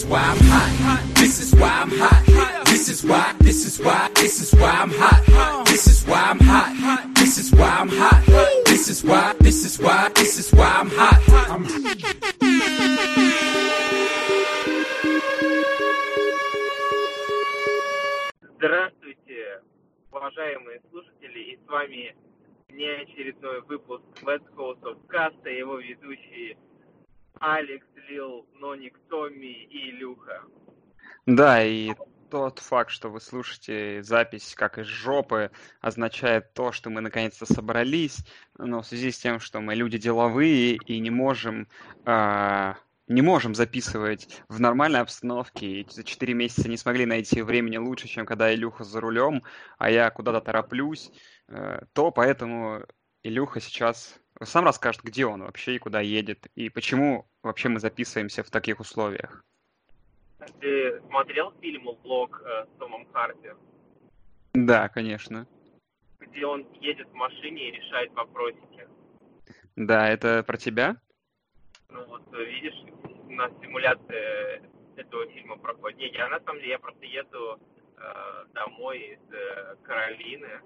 why I'm hot. This is why I'm hot. This is why I'm hot. This is why I'm hot. This is why I'm hot. This is why I'm hot. Здравствуйте, уважаемые слушатели, и с вами неочередной выпуск West Coast of Cast, и его ведущие Алекс, Лил, Ноник, Томми и Илюха. Да, и тот факт, что вы слушаете запись как из жопы, означает то, что мы наконец-то собрались, но в связи с тем, что мы люди деловые и не можем записывать в нормальной обстановке, и за 4 месяца не смогли найти времени лучше, чем когда Илюха за рулем, а я куда-то тороплюсь, то поэтому Илюха сейчас сам расскажет, где он вообще и куда едет, и почему вообще мы записываемся в таких условиях. Ты смотрел фильм «Лог» с Томом Харди? Да, конечно. Где он едет в машине и решает вопросики. Да, это про тебя? Ну вот, видишь, у нас симуляция этого фильма проходит. Не, я на самом деле, я просто еду домой из Каролины,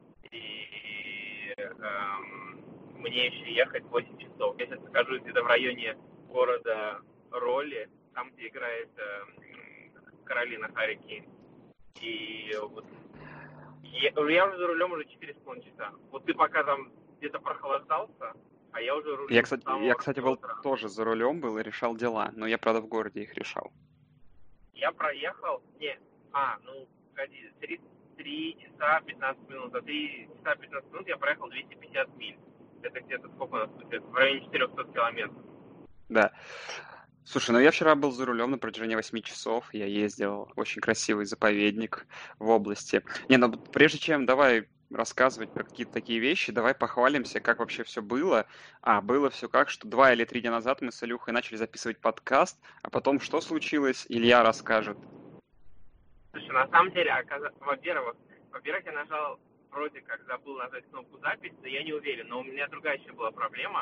и мне еще ехать 8 часов. Я сейчас нахожусь где-то в районе города Ролли, там, где играет Каролина Харрикейн. И вот я уже за рулем уже 4,5 часа. Вот ты пока там где-то прохлаждался, а я уже рулю. Я, кстати, был тоже за рулем был и решал дела, но я, правда, в городе их решал. Я проехал, погоди, 3 часа 15 минут, за 3 часа 15 минут я проехал 250 миль. Это где-то сколько у нас тут? В районе 400 километров. Да. Слушай, я вчера был за рулем на протяжении 8 часов. Я ездил в очень красивый заповедник в области. Прежде чем давай рассказывать про какие-то такие вещи, давай похвалимся, как вообще все было. Было все как, что 2 или 3 дня назад мы с Илюхой начали записывать подкаст, а потом что случилось, Илья расскажет. Слушай, на самом деле, во-первых, я нажал, вроде как забыл нажать кнопку запись, но я не уверен. Но у меня другая еще была проблема.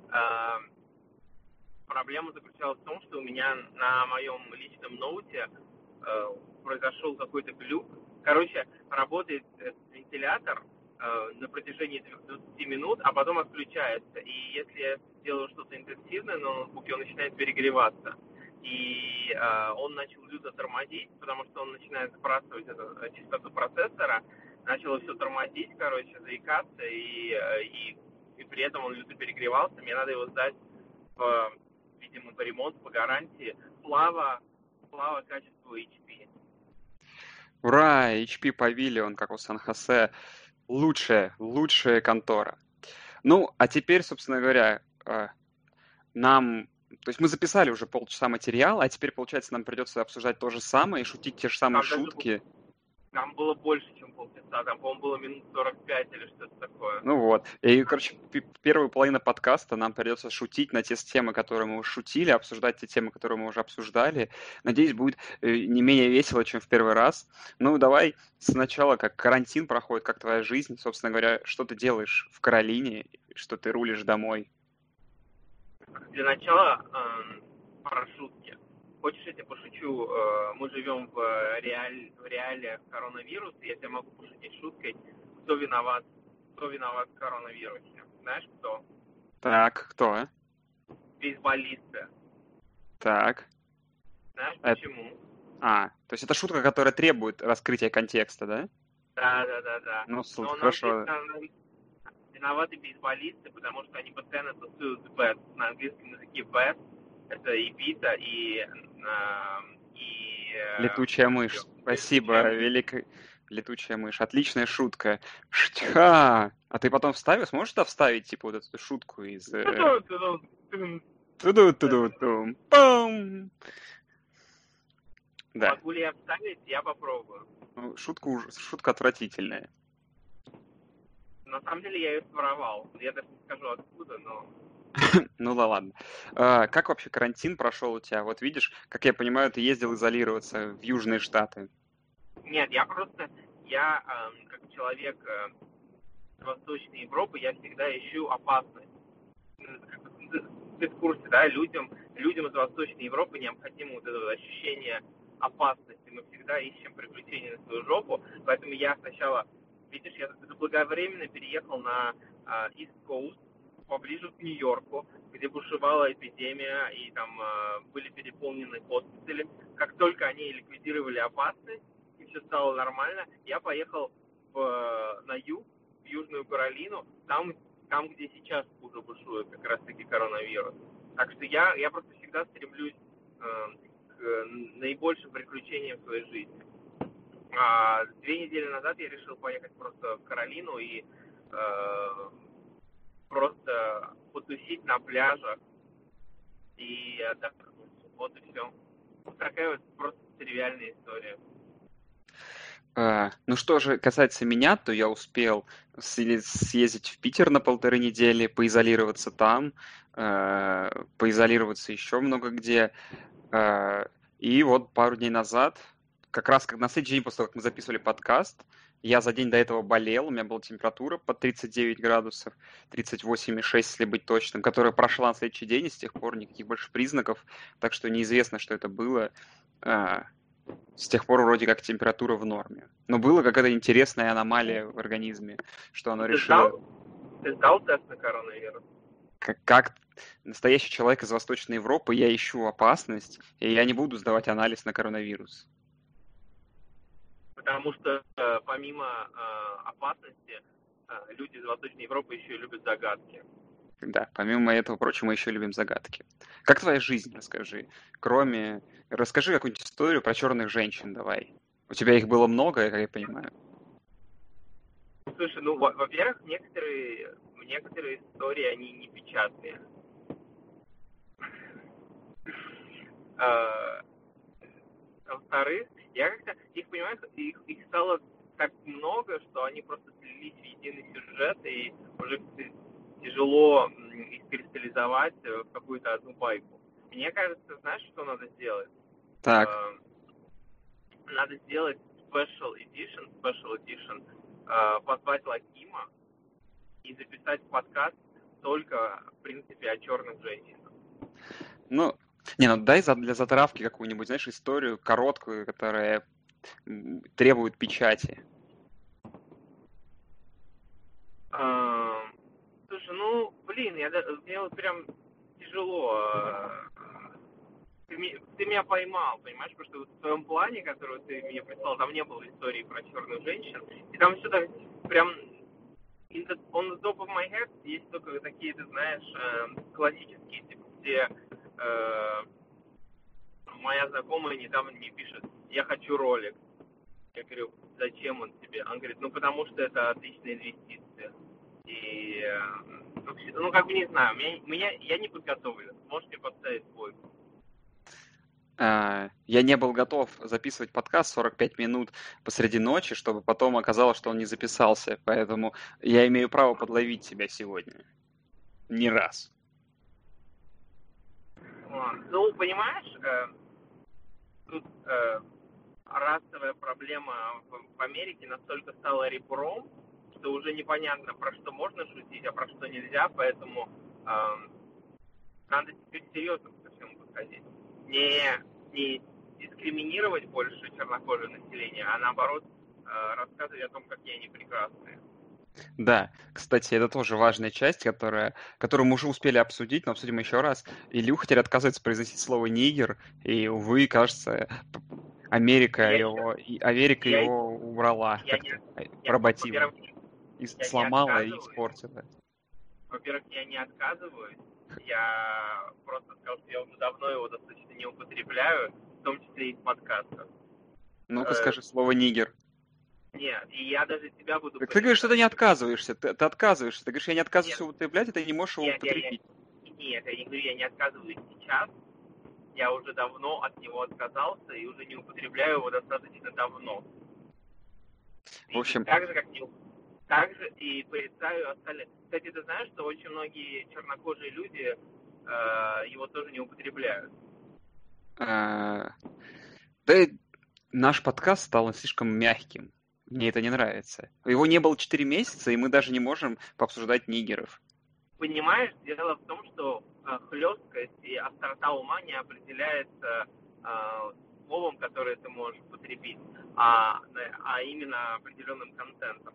Проблема заключалась в том, что у меня на моем личном ноуте произошел какой-то глюк. Короче, работает вентилятор на протяжении 20 минут, а потом отключается. И если я делаю что-то интенсивное на ноутбуке, он начинает перегреваться. И он начал люто тормозить, потому что он начинает сбрасывать частоту процессора. Начало все тормозить, заикаться, и при этом он люто перегревался. Мне надо его сдать видимо, по ремонту, по гарантии. Слава качеству HP. Ура! HP Pavilion, как у Сан-Хосе. Лучшая контора. А теперь, собственно говоря, то есть мы записали уже полчаса материала, а теперь, получается, нам придется обсуждать то же самое и шутить те же самые шутки. Там было больше, чем полчаса. Там, по-моему, было минут 45 или что-то такое. И, первую половину подкаста нам придется шутить на те темы, которые мы уже шутили, обсуждать те темы, которые мы уже обсуждали. Надеюсь, будет не менее весело, чем в первый раз. Давай сначала, как карантин проходит, как твоя жизнь, собственно говоря, что ты делаешь в Каролине, что ты рулишь домой? Для начала про шутки. Хочешь, я тебе пошучу? Мы живем в реалиях коронавируса. Я тебе могу пошутить шуткой. Кто виноват в коронавирусе? Знаешь, кто? Так, кто? Бейсболисты. Так. Знаешь, почему? То есть это шутка, которая требует раскрытия контекста, да? Да. Хорошо. Виноваты бейсболисты, потому что они постоянно тусуют бэт. На английском языке бэт — это и бита, и летучая мышь. Спасибо, великая летучая мышь. Отличная шутка. Штха! А ты потом сможешь туда вставить, вот эту шутку из... Ту-ду-ту-ду-тум. Пам! Да. Могу ли я вставить? Я попробую. Шутка отвратительная. На самом деле я ее своровал. Я даже не скажу откуда, но... Ладно. Как вообще карантин прошел у тебя? Вот видишь, как я понимаю, ты ездил изолироваться в Южные Штаты. Нет, я как человек Восточной Европы, я всегда ищу опасность. Ты в курсе, да, людям людям из Восточной Европы необходимо вот это вот ощущение опасности. Мы всегда ищем приключения на свою жопу, поэтому я сначала, видишь, я заблаговременно переехал на East Coast, поближе к Нью-Йорку, где бушевала эпидемия, и там были переполнены госпитали. Как только они ликвидировали опасность, и все стало нормально, я поехал на юг, в Южную Каролину, там, где сейчас уже бушует как раз-таки коронавирус. Так что я просто всегда стремлюсь к наибольшим приключениям в своей жизни. 2 недели назад я решил поехать просто в Каролину и просто потусить на пляжах и отдохнуть. Вот и все. Вот такая вот просто тривиальная история. Ну что же касается меня, то я успел съездить в Питер на 1,5 недели, поизолироваться там, поизолироваться еще много где. И вот пару дней назад, как раз на следующий день после того, как мы записывали подкаст, я за день до этого болел, у меня была температура под 39 градусов, 38,6, если быть точным, которая прошла на следующий день, и с тех пор никаких больше признаков, так что неизвестно, что это было. С тех пор вроде как температура в норме. Но была какая-то интересная аномалия в организме, что оно решило... Ты сдал тест на коронавирус? Как настоящий человек из Восточной Европы, я ищу опасность, и я не буду сдавать анализ на коронавирус. Потому что помимо опасности, люди из Восточной Европы еще и любят загадки. Да, помимо этого прочего, мы еще любим загадки. Как твоя жизнь, расскажи? Расскажи какую-нибудь историю про черных женщин, давай. У тебя их было много, как я понимаю. Слушай, во-первых, некоторые истории, они не печатные. Во-вторых, я как-то их понимаю, их стало так много, что они просто слились в единый сюжет, и уже тяжело их кристаллизовать в какую-то одну байку. Мне кажется, знаешь, что надо сделать? Так. Надо сделать special edition, позвать Лакима и записать подкаст только, в принципе, о черных женщинах. Дай для затравки какую-нибудь, знаешь, историю короткую, которая требует печати. Слушай, мне вот прям тяжело. Ты меня поймал, понимаешь, потому что вот в твоем плане, который ты мне прислал, там не было истории про черных женщин, и там все так прям on the top of my head есть только такие, ты знаешь, классические, типа, где моя знакомая недавно мне пишет: я хочу ролик. Я говорю: зачем он тебе? Он говорит: потому что это отличная инвестиция. И, не знаю, я не подготовлен. Можете подставить двойку. Я не был готов записывать подкаст 45 минут посреди ночи, чтобы потом оказалось, что он не записался. Поэтому я имею право подловить тебя сегодня. Не раз. Понимаешь, тут расовая проблема в Америке настолько стала ребром, что уже непонятно, про что можно шутить, а про что нельзя, поэтому надо теперь серьезно ко всему подходить. Не дискриминировать больше чернокожее население, а наоборот рассказывать о том, какие они прекрасные. Да, кстати, это тоже важная часть, которую мы уже успели обсудить, но обсудим еще раз. Илюха теперь отказывается произносить слово «нигер», и, увы, кажется, Америка его убрала, поработила, сломала и испортила. Во-первых, я не отказываюсь, я просто сказал, что я уже давно его достаточно не употребляю, в том числе и в подкастах. Ну-ка скажи слово «нигер». Нет, и я даже тебя буду... Так ты говоришь, что ты не отказываешься, ты отказываешься. Ты говоришь, я не отказываюсь его употреблять, и ты не можешь его употребить. Нет, я не говорю, я не отказываюсь сейчас. Я уже давно от него отказался и уже не употребляю его достаточно давно. В общем... Так же и порицаю остальных. Кстати, ты знаешь, что очень многие чернокожие люди его тоже не употребляют? Да, наш подкаст стал слишком мягким. Мне это не нравится. Его не было 4 месяца, и мы даже не можем пообсуждать нигеров. понимаешь, дело в том, что хлесткость и острота ума не определяется словом, которое ты можешь потребить, а именно определенным контентом.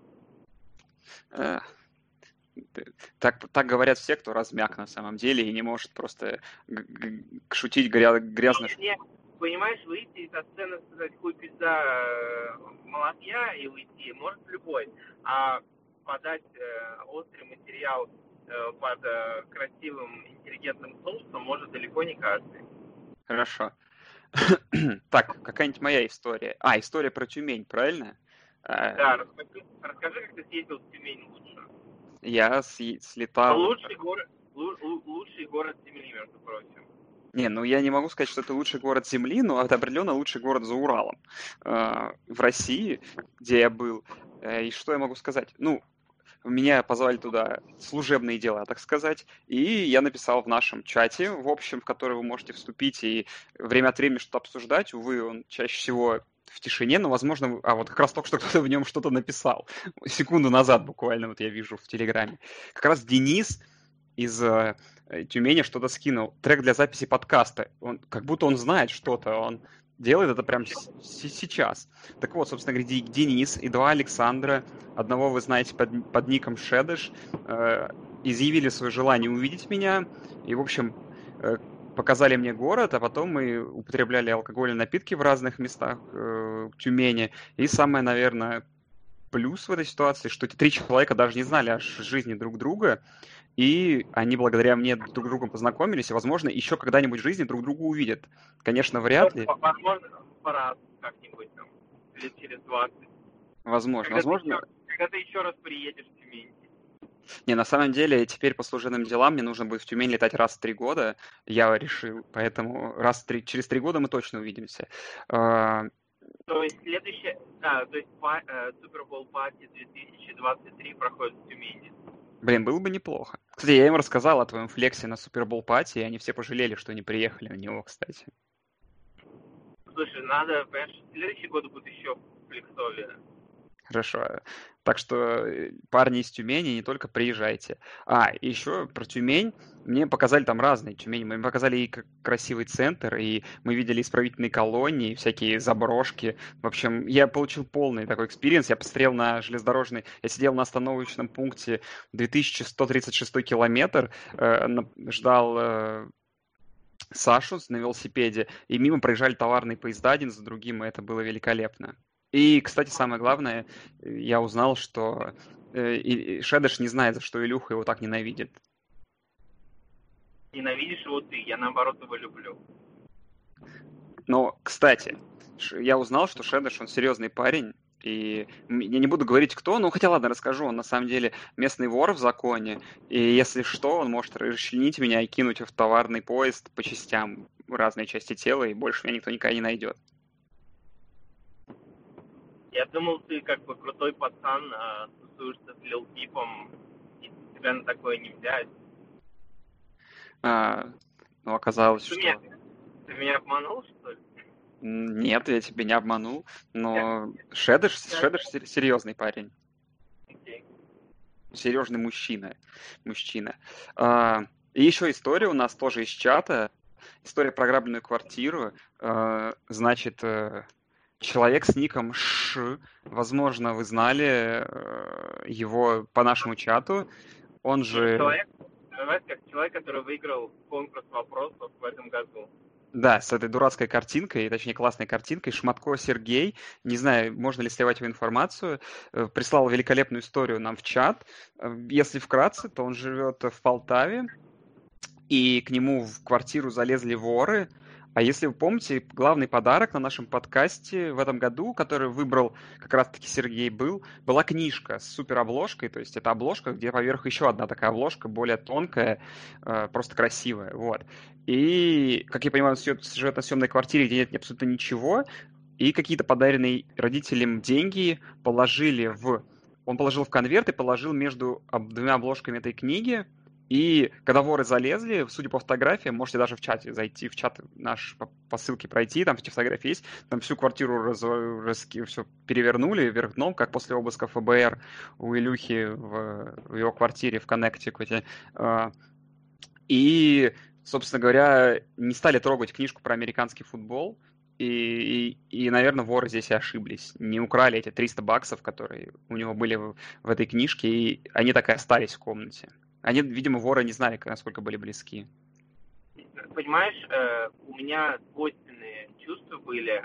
Так говорят все, кто размяк на самом деле и не может просто шутить грязно. Нет, понимаешь, выйти со сцены, сказать хуй пизда молотья и уйти может любой, а подать острый материал под красивым, интеллигентным соусом может далеко не каждый. Хорошо. Так, какая-нибудь моя история. История про Тюмень, правильно? Да, расскажи, как ты съездил в Тюмень лучше. Я слетал... Лучший город Земли, между прочим. Я не могу сказать, что это лучший город Земли, но это определенно лучший город за Уралом. В России, где я был. И что я могу сказать? Меня позвали туда служебные дела, так сказать, и я написал в нашем чате, в общем, в который вы можете вступить и время от времени что-то обсуждать. Увы, он чаще всего в тишине, но, возможно, вот как раз только что кто-то в нем что-то написал. Секунду назад буквально, вот я вижу в Телеграме. Как раз Денис из Тюмени что-то скинул. Трек для записи подкаста. Как будто он знает что-то, он делает это прямо сейчас. Так вот, собственно говоря, Денис и два Александра, одного вы знаете под ником Шедеш, изъявили свое желание увидеть меня и, в общем, показали мне город, а потом мы употребляли алкогольные напитки в разных местах Тюмени. И самое, наверное, плюс в этой ситуации, что эти 3 человека даже не знали о жизни друг друга, и они благодаря мне друг с другом познакомились, и, возможно, еще когда-нибудь в жизни друг друга увидят. Конечно, вряд ли. Возможно, пора как-нибудь там, лет через 20. Возможно. Когда ты еще раз приедешь в Тюмень. На самом деле, теперь по служебным делам мне нужно будет в Тюмень летать раз в 3 года, я решил, поэтому через 3 года мы точно увидимся. То есть Super Bowl Party 2023 проходит в Тюмени. Блин, было бы неплохо. Кстати, я им рассказал о твоем флексе на Super Bowl Party, и они все пожалели, что не приехали на него, кстати. Слушай, надо, понимаешь, следующий год будет еще флексовее. Хорошо. Так что, парни из Тюмени, не только приезжайте. Еще про Тюмень. Мне показали там разные Тюмени. Мы показали и красивый центр, и мы видели исправительные колонии, всякие заброшки. В общем, я получил полный такой экспириенс. Я посмотрел на железнодорожный... Я сидел на остановочном пункте 2136 километр, ждал Сашу на велосипеде, и мимо проезжали товарные поезда один за другим, и это было великолепно. И, кстати, самое главное, я узнал, что Шедеш не знает, за что Илюха его так ненавидит. Ненавидишь его ты, я наоборот его люблю. Но, кстати, я узнал, что Шедеш, он серьезный парень, и я не буду говорить, кто, хотя ладно, расскажу, он на самом деле местный вор в законе, и если что, он может расчленить меня и кинуть в товарный поезд по частям, в разные части тела, и больше меня никто никогда не найдет. Я думал, ты как бы крутой пацан, тусуешься с Лил Пипом, и тебя на такое не взять. Оказалось, что... Ты меня обманул, что ли? Нет, я тебя не обманул, но Шедеш серьезный парень. Okay. Серьезный мужчина. И еще история у нас тоже из чата. История про ограбленную квартиру. Значит... Человек с ником Ш, возможно, вы знали его по нашему чату. Он же... Человек, который выиграл конкурс вопросов в этом году. Да, с этой дурацкой картинкой, точнее классной картинкой, Шматко Сергей, не знаю, можно ли сливать его информацию, прислал великолепную историю нам в чат. Если вкратце, то он живет в Полтаве, и к нему в квартиру залезли воры. А если вы помните, главный подарок на нашем подкасте в этом году, который выбрал как раз-таки Сергей, была книжка с суперобложкой, то есть это обложка, где поверх еще одна такая обложка, более тонкая, просто красивая, вот. И, как я понимаю, он живет на съемной квартире, где нет абсолютно ничего, и какие-то подаренные родителям деньги он положил в конверт и положил между 2 обложками этой книги, И когда воры залезли, судя по фотографиям, можете даже в чате зайти, в чат наш по ссылке пройти, там эти фотографии есть, там всю квартиру все перевернули вверх дном, как после обыска ФБР у Илюхи в его квартире в Коннектикуте. И, собственно говоря, не стали трогать книжку про американский футбол, и, наверное, воры здесь и ошиблись. Не украли эти $300, которые у него были в этой книжке, и они так и остались в комнате. Они, видимо, воры не знали, насколько были близки. Понимаешь, у меня двойственные чувства были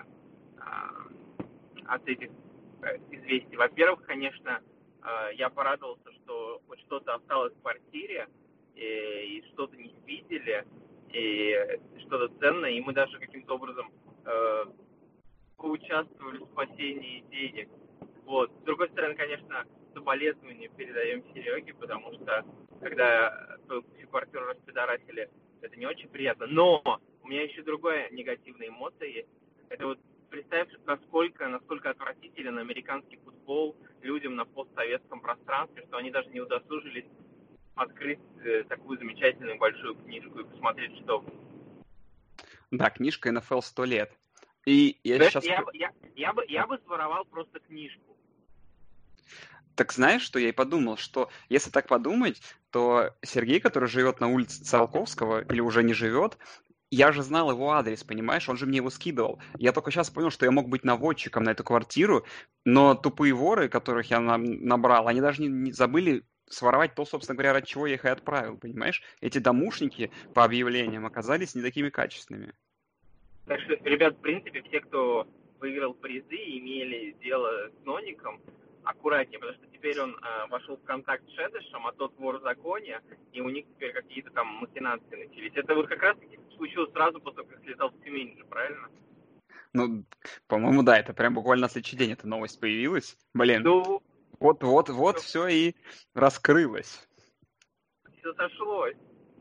от этих известий. Во-первых, конечно, я порадовался, что хоть что-то осталось в квартире, и что-то не видели, и что-то ценное, и мы даже каким-то образом поучаствовали в спасении денег. Вот. С другой стороны, конечно, соболезнования передаем Сереге, потому что когда всю квартиру распидорасили, это не очень приятно. Но у меня еще другая негативная эмоция есть. Это вот представь, насколько отвратителен американский футбол людям на постсоветском пространстве, что они даже не удосужились открыть такую замечательную большую книжку и посмотреть, что... Да, книжка NFL 100 лет. И я Да, сейчас... Я бы своровал просто книжку. Так знаешь, что я и подумал, что если так подумать, то Сергей, который живет на улице Циолковского или уже не живет, я же знал его адрес, понимаешь? Он же мне его скидывал. Я только сейчас понял, что я мог быть наводчиком на эту квартиру, но тупые воры, которых я набрал, они даже не забыли своровать то, собственно говоря, ради чего я их и отправил, понимаешь? Эти домушники по объявлениям оказались не такими качественными. Так что, ребят, в принципе, все, кто выиграл призы, имели дело с Ноником, аккуратнее, потому что теперь он вошел в контакт с Шедышем, а тот вор в законе, и у них теперь какие-то там махинации начались. Это вот как раз-таки случилось сразу после того, как слетал в Тюмень же, правильно? Ну, по-моему, да, это прям буквально на следующий день эта новость появилась. Блин, Ну, вот все и раскрылось. все сошлось.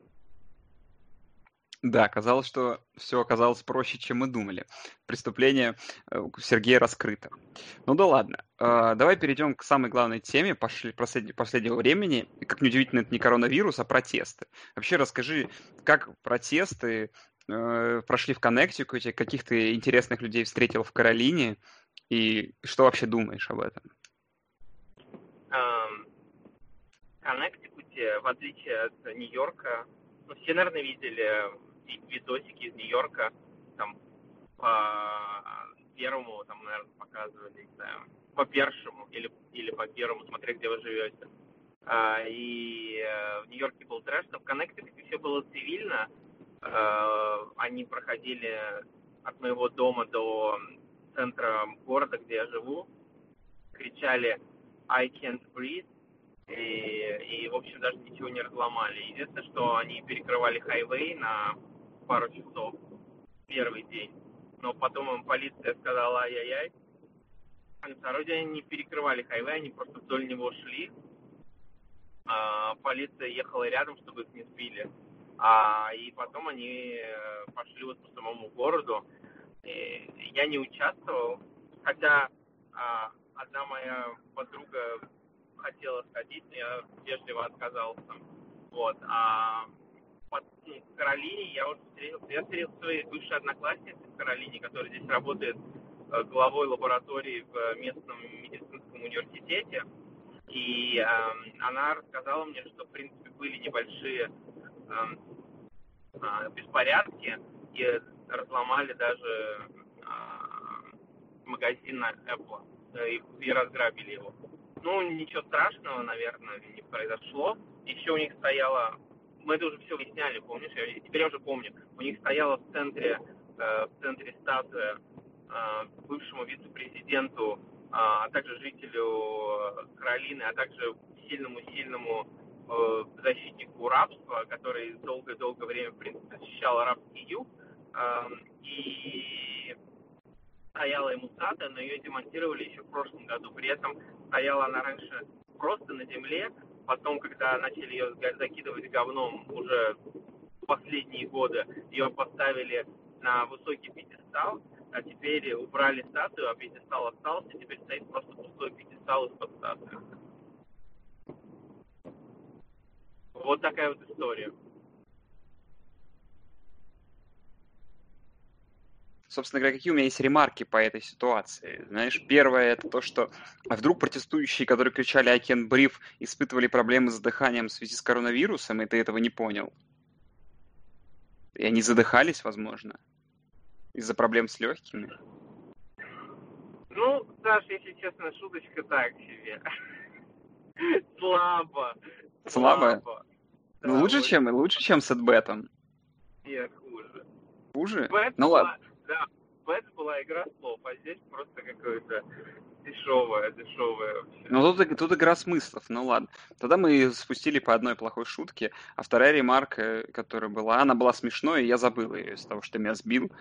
Да, оказалось, что все оказалось проще, чем мы думали. Преступление Сергея раскрыто. Ну да ладно. Давай перейдем к самой главной теме последнего времени. И, как неудивительно, это не коронавирус, а протесты. Вообще расскажи, как протесты прошли в Коннектикуте, каких ты интересных людей встретил в Каролине, и что вообще думаешь об этом? В Коннектикуте, в отличие от Нью-Йорка, ну, все, наверное, видели видосики из Нью-Йорка, там, по первому, там, наверное, показывали, не знаю, по першему или по первому, смотря где вы живете. И в Нью-Йорке был трэш, но в Коннектикуте все было цивильно. Они проходили от моего дома до центра города, где я живу, кричали «I can't breathe», и, в общем, даже ничего не разломали. Единственное, что они перекрывали хайвей на пару часов первый день, но потом им полиция сказала ай-яй-яй. А на второй день они не перекрывали хайвей, они просто вдоль него шли. Полиция ехала рядом, чтобы их не сбили. И потом они пошли вот по самому городу. И я не участвовал, хотя одна моя подруга хотела сходить, но я вежливо отказался. Вот. В Каролине я встретил своей бывшей одноклассницы в Каролине, которая здесь работает главой лаборатории в местном медицинском университете. И она рассказала мне, что, в принципе, были небольшие беспорядки, и разломали даже магазин Apple, и разграбили его. Ну, ничего страшного, наверное, не произошло. Еще у них стояла, мы это уже все выясняли, помнишь? Теперь я уже помню. У них стояла в центре статуя бывшему вице-президенту, а также жителю Каролины, а также сильному защитнику рабства, который долгое время, в принципе, защищал арабский юг. И стояла ему статуя, но ее демонтировали еще в прошлом году. При этом стояла она раньше просто на земле, потом, когда начали ее закидывать говном уже в последние годы, ее поставили на высокий пьедестал, а теперь убрали статую, а пьедестал остался, и теперь стоит просто пустой пьедестал из-под статуи. Вот такая вот история. Собственно говоря, какие у меня есть ремарки по этой ситуации? Знаешь, первое это то, что вдруг протестующие, которые кричали «I can't breathe», испытывали проблемы с дыханием в связи с коронавирусом, и ты этого не понял. И они задыхались, возможно, из-за проблем с легкими. Ну, Саш, если честно, шуточка так себе. Слабо. Слабо? Ну, Да, лучше, чем с Эдбетом. нет, хуже. Хуже? Бэт Ну ладно. была, да, Бэт была игра слов, а здесь просто какое-то дешевое вообще. Ну, тут игра смыслов, ну ладно. Тогда мы спустили по одной плохой шутке, а вторая ремарка, которая была, она была смешной, и я забыл ее из-за того, что ты меня сбил.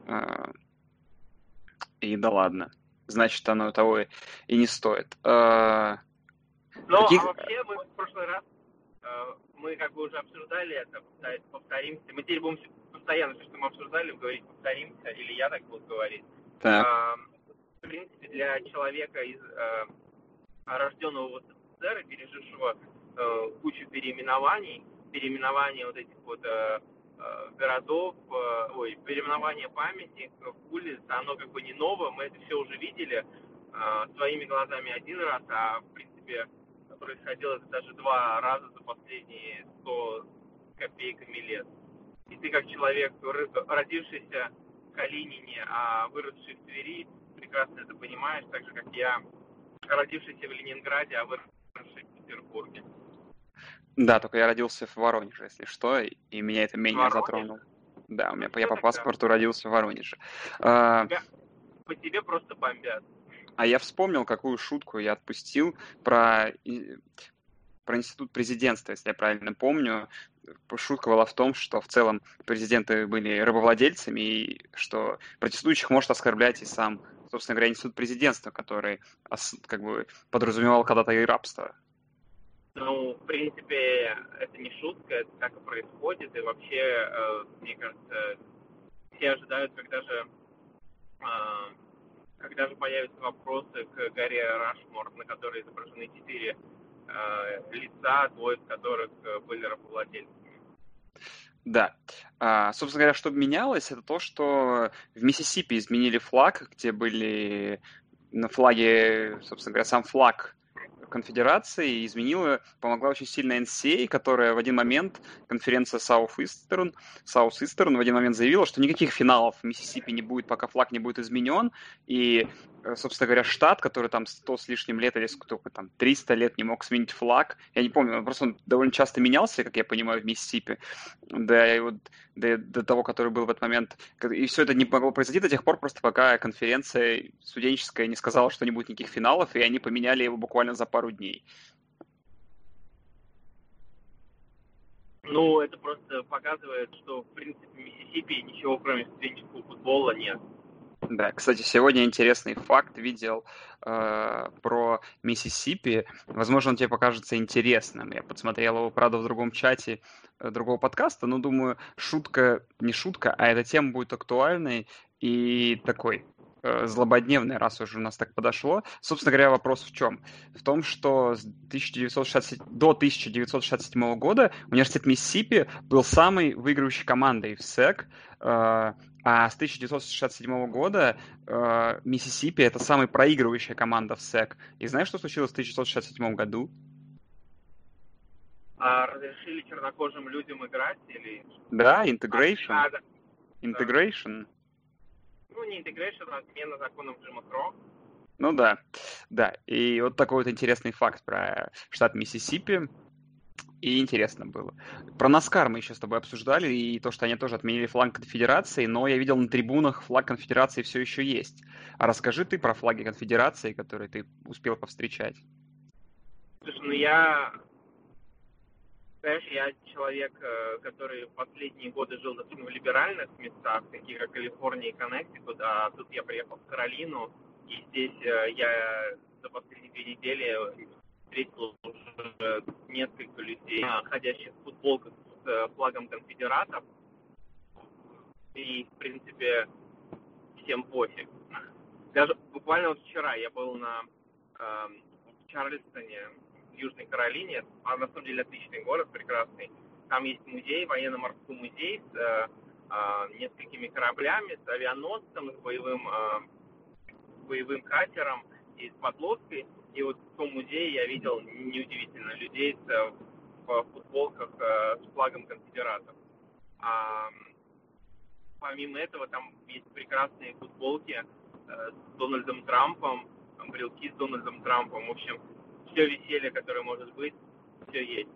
И да ладно. Значит, оно того и не стоит. Ну, Каких... а вообще мы в прошлый раз, мы как бы уже обсуждали это, повторимся. Мы теперь будем постоянно все, что мы обсуждали, говорить повторимся, или я так буду говорить. Так. В принципе, для человека рожденного в СССР, пережившего кучу переименования вот этих вот городов, переименование памятников, улиц, оно как бы не новое, мы это все уже видели своими глазами один раз, а в принципе происходило это даже 2 раза за последние 100 копейками лет. И ты как человек, родившийся в Калинине, а выросший в Твери, прекрасно это понимаешь, так же как я, родившийся в Ленинграде, а выросший в Петербурге. Да, только я родился в Воронеже, если что, и меня это менее затронуло. Да, я по паспорту родился в Воронеже. По тебе просто бомбят. А я вспомнил, какую шутку я отпустил про институт президентства, если я правильно помню. Шутка была в том, что в целом президенты были рабовладельцами, и что протестующих может оскорблять и сам, собственно говоря, институт президентства, который как бы подразумевал когда-то и рабство. Ну, в принципе, это не шутка, это так и происходит, и вообще, мне кажется, все ожидают, когда же появятся вопросы к горе Рашмор, на которой изображены 4 лица, 2 из которых были рабовладельцами. Да. Собственно говоря, что менялось, это то, что в Миссисипи изменили флаг, где были на флаге, собственно говоря, сам флаг конфедерации изменила, помогла очень сильно NCAA, которая в один момент, конференция Southeastern в один момент заявила, что никаких финалов в Миссисипи не будет, пока флаг не будет изменен, и, собственно говоря, штат, который там 100 с лишним лет или сколько там, 300 лет не мог сменить флаг, я не помню, просто он довольно часто менялся, как я понимаю, в Миссисипи, до того, который был в этот момент, и все это не могло произойти до тех пор, просто пока конференция студенческая не сказала, что не будет никаких финалов, и они поменяли его буквально за пару дней. Ну, это просто показывает, что, в принципе, в Миссисипи ничего, кроме студенческого футбола, нет. Да, кстати, сегодня интересный факт видел про Миссисипи. Возможно, он тебе покажется интересным. Я подсмотрел его, правда, в другом чате другого подкаста, но думаю, шутка, не шутка, а эта тема будет актуальной и такой злободневный, раз уже у нас так подошло. Собственно говоря, вопрос в чем? В том, что до 1967 года университет Миссисипи был самой выигрывающей командой в СЭК, а с 1967 года Миссисипи — это самая проигрывающая команда в СЭК. И знаешь, что случилось в 1967 году? А разрешили чернокожим людям играть или... Да, integration. Да. Integration. Ну, не integration, а отмена законов Джима Кро. Ну да, да. И вот такой вот интересный факт про штат Миссисипи. И интересно было. Про Наскар мы еще с тобой обсуждали, и то, что они тоже отменили флаг конфедерации, но я видел на трибунах флаг конфедерации все еще есть. А расскажи ты про флаги конфедерации, которые ты успел повстречать. Слушай, ну я человек, который последние годы жил достаточно в либеральных местах, таких как Калифорния и Коннектикут, а тут я приехал в Каролину, и здесь я за последние 2 недели встретил уже несколько людей, ходящих в футболках с флагом конфедератов, и, в принципе, всем пофиг. Даже буквально вот вчера я был в Чарльстоне, Южной Каролине, а на самом деле отличный город, прекрасный. Там есть музей, военно-морской музей с несколькими кораблями, с авианосцем, с боевым катером и с подлодкой. И вот в том музее я видел неудивительно людей в футболках с флагом конфедератов. Помимо этого, там есть прекрасные футболки с Дональдом Трампом, брелки с Дональдом Трампом. В общем, все веселье, которое может быть, все есть.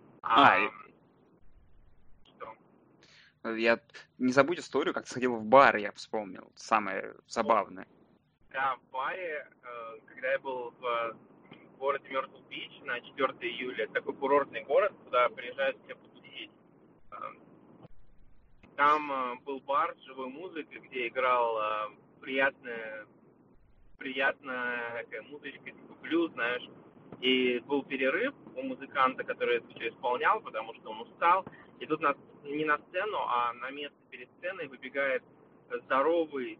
Что? Я не забудь историю, как ты сходил в бар, я вспомнил. Самое забавное. Да, в баре, когда я был в городе Мёртл-Бич на 4 июля, такой курортный город, куда приезжают все потусить. Там был бар с живой музыкой, где играл приятная такая музычка, типа блюз, знаешь. И был перерыв у музыканта, который это все исполнял, потому что он устал. И тут не на сцену, а на место перед сценой выбегает здоровый,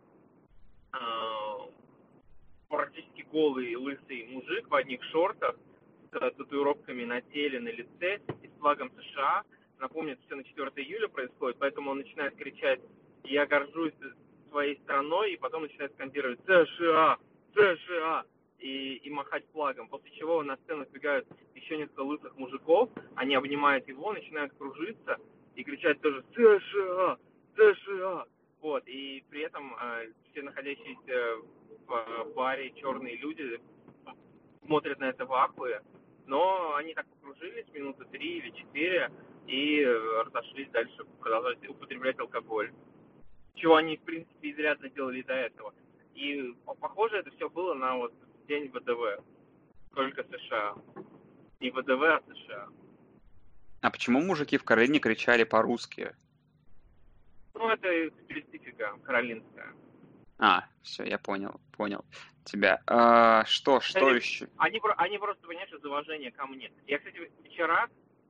практически голый, лысый мужик в одних шортах с татуировками на теле, на лице и с флагом США. Напомню, это все на 4 июля происходит, поэтому он начинает кричать «Я горжусь своей страной», и потом начинает скандировать «США! США!» и махать флагом, после чего на сцену сбегают еще несколько лысых мужиков, они обнимают его, начинают кружиться и кричать тоже «США! США!». Вот, и при этом все находящиеся в баре черные люди смотрят на это в ахуе, но они так покружились минуты 3 или 4 и разошлись дальше, продолжать употреблять алкоголь. Чего они, в принципе, изрядно делали до этого. И похоже, это все было на вот день ВДВ, только США. Не ВДВ, а США. А почему мужики в Каролине кричали по-русски? Ну, это специфика каролинская. Все, я понял тебя. Что еще? Они просто, понимаешь, из уважения ко мне. Я, кстати, вчера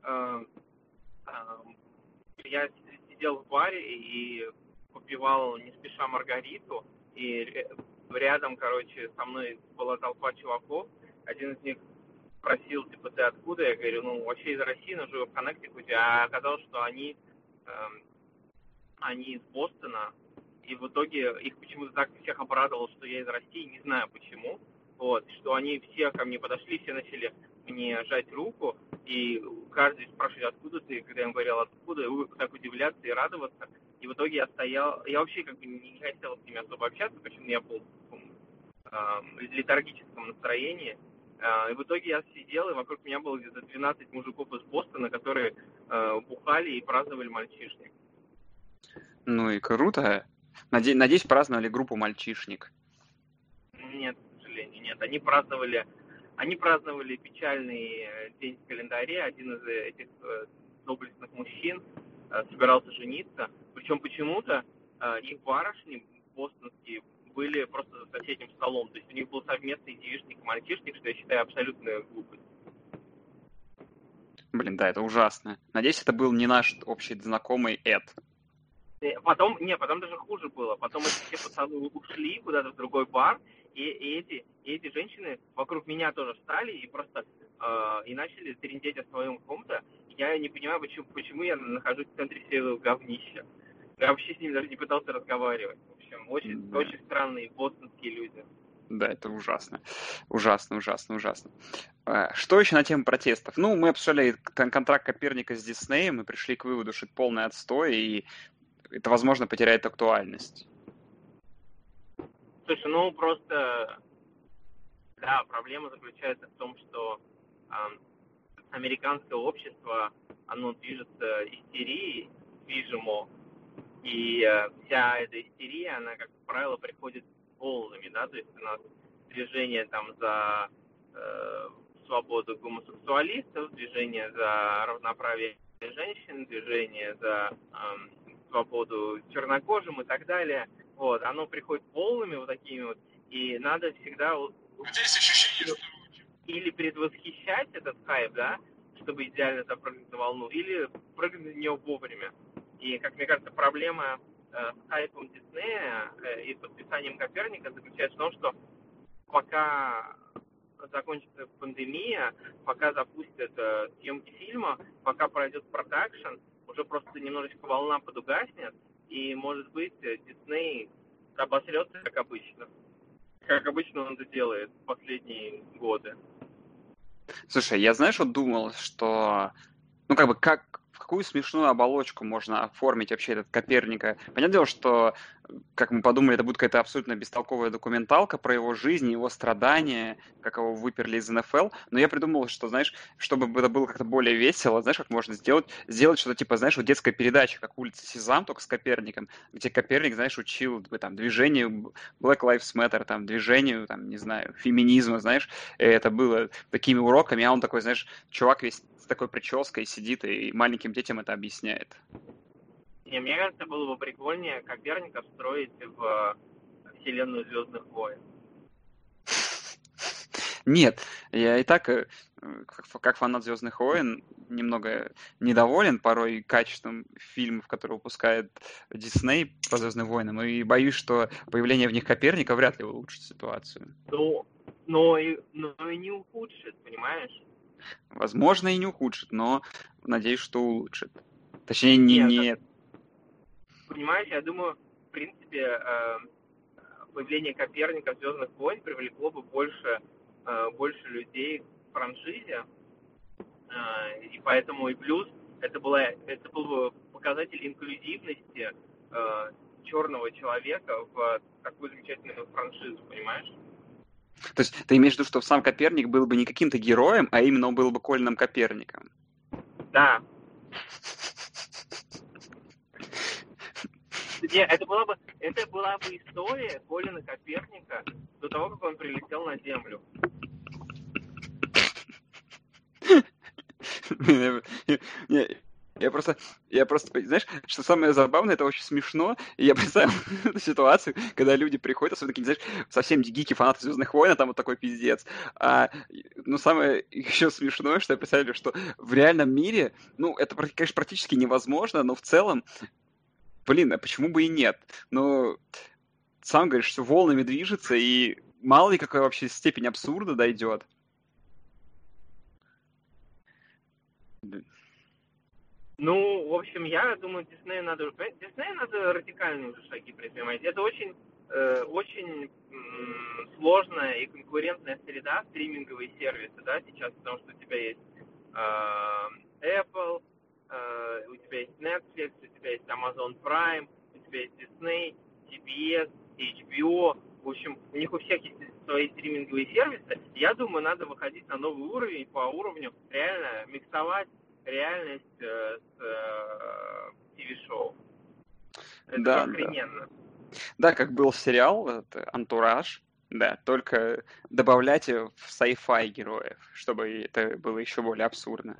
я сидел в баре и попивал не спеша маргариту, и рядом, со мной была толпа чуваков. Один из них спросил, типа, ты откуда? Я говорю, ну, вообще из России, но живу в Коннектикуте. А оказалось, что они из Бостона. И в итоге их почему-то так всех обрадовало, что я из России, не знаю почему. Вот, что они все ко мне подошли, все начали мне жать руку, и каждый спрашивает, откуда ты, когда я им говорил, откуда, и так удивляться и радоваться. И в итоге я вообще как бы не хотел с ними особо общаться, почему я был в летаргическом настроении. И в итоге я сидел, и вокруг меня было где-то 12 мужиков из Бостона, которые бухали и праздновали мальчишник. Ну и круто. Надеюсь, праздновали группу «Мальчишник». Нет, к сожалению, нет. Они праздновали печальный день в календаре. Один из этих доблестных мужчин собирался жениться. Причем почему-то их барышни бостонские были просто за соседним столом. То есть у них был совместный девичник и мальчишник, что я считаю абсолютная глупость. Блин, да, это ужасно. Надеюсь, это был не наш общий знакомый Эд. Потом даже хуже было. Потом эти все пацаны ушли куда-то в другой бар, и эти женщины вокруг меня тоже встали и просто и начали трындеть о своем каком-то. Я не понимаю, почему я нахожусь в центре всего этого говнища. Я вообще с ними даже не пытался разговаривать. В общем, очень странные бостонские люди. Да, это ужасно. Ужасно. Что еще на тему протестов? Ну, мы обсуждали контракт Коперника с Диснеем, мы пришли к выводу, что это полный отстой, и это, возможно, потеряет актуальность. Слушай, ну просто, да, проблема заключается в том, что американское общество, оно движется истерией, движимо, и вся эта истерия, она, как правило, приходит волнами, да, то есть у нас движение там за свободу гомосексуалистов, движение за равноправие женщин, движение за свободу чернокожим и так далее. Вот, оно приходит волнами вот такими вот, и надо всегда или предвосхищать этот хайп, да, чтобы идеально запрыгнуть на волну, или прыгнуть на нее вовремя. И, как мне кажется, проблема с хайпом Диснея и подписанием Коперника заключается в том, что пока закончится пандемия, пока запустят съемки фильма, пока пройдет продакшн, уже просто немножечко волна подугаснет, и, может быть, Дисней обосрется, как обычно. Как обычно он это делает в последние годы. Слушай, я, знаешь, вот думал, что, в какую смешную оболочку можно оформить вообще этот Коперника. Понятное дело, что, как мы подумали, это будет какая-то абсолютно бестолковая документалка про его жизнь, его страдания, как его выперли из НФЛ. Но я придумал, что, знаешь, чтобы это было как-то более весело, знаешь, как можно сделать что-то типа, знаешь, вот детская передача, как «Улица Сезам», только с Коперником, где Коперник, знаешь, учил там движению Black Lives Matter, там, движению, там, не знаю, феминизма, знаешь, и это было такими уроками, а он такой, знаешь, чувак весь с такой прической сидит и маленьким детям это объясняет. Не, мне кажется, было бы прикольнее Коперника встроить в вселенную «Звездных войн». Нет, я и так, как фанат «Звездных войн», немного недоволен порой качеством фильмов, которые выпускает Дисней по «Звездным войнам», и боюсь, что появление в них Коперника вряд ли улучшит ситуацию. Но и не ухудшит, понимаешь? Возможно, и не ухудшит, но надеюсь, что улучшит. Точнее, Нет, нет. понимаешь, я думаю, в принципе, появление Коперника в «Звездных войн» привлекло бы больше людей к франшизе, и поэтому и плюс это был бы показатель инклюзивности черного человека в такую замечательную франшизу, понимаешь? То есть ты имеешь в виду, что сам Коперник был бы не каким-то героем, а именно он был бы Колином Коперником? Да. Нет, это была бы история Колина Коперника до того, как он прилетел на Землю. Я просто, знаешь, что самое забавное, это очень смешно, и я представил эту ситуацию, когда люди приходят, особенно такие, знаешь, совсем гики, фанаты «Звездных войн», а там вот такой пиздец. Но самое еще смешное, что я представляю, что в реальном мире, это, конечно, практически невозможно, но в целом, блин, а почему бы и нет? Но сам говоришь, что волнами движется, и мало ли какая вообще степень абсурда дойдет. Ну, в общем, я думаю, Диснею надо радикальные уже шаги предпринимать. Это очень сложная и конкурентная среда, стриминговые сервисы, да, сейчас, потому что у тебя есть Apple, у тебя есть Netflix, у тебя есть Amazon Prime, у тебя есть Disney, CBS, HBO. В общем, у них у всех есть свои стриминговые сервисы. Я думаю, надо выходить на новый уровень, по уровню реально миксовать реальность с ТВ-шоу. Это Да, охрененно. Да, как был сериал «Антураж», да, только добавляйте в sci-fi героев, чтобы это было еще более абсурдно.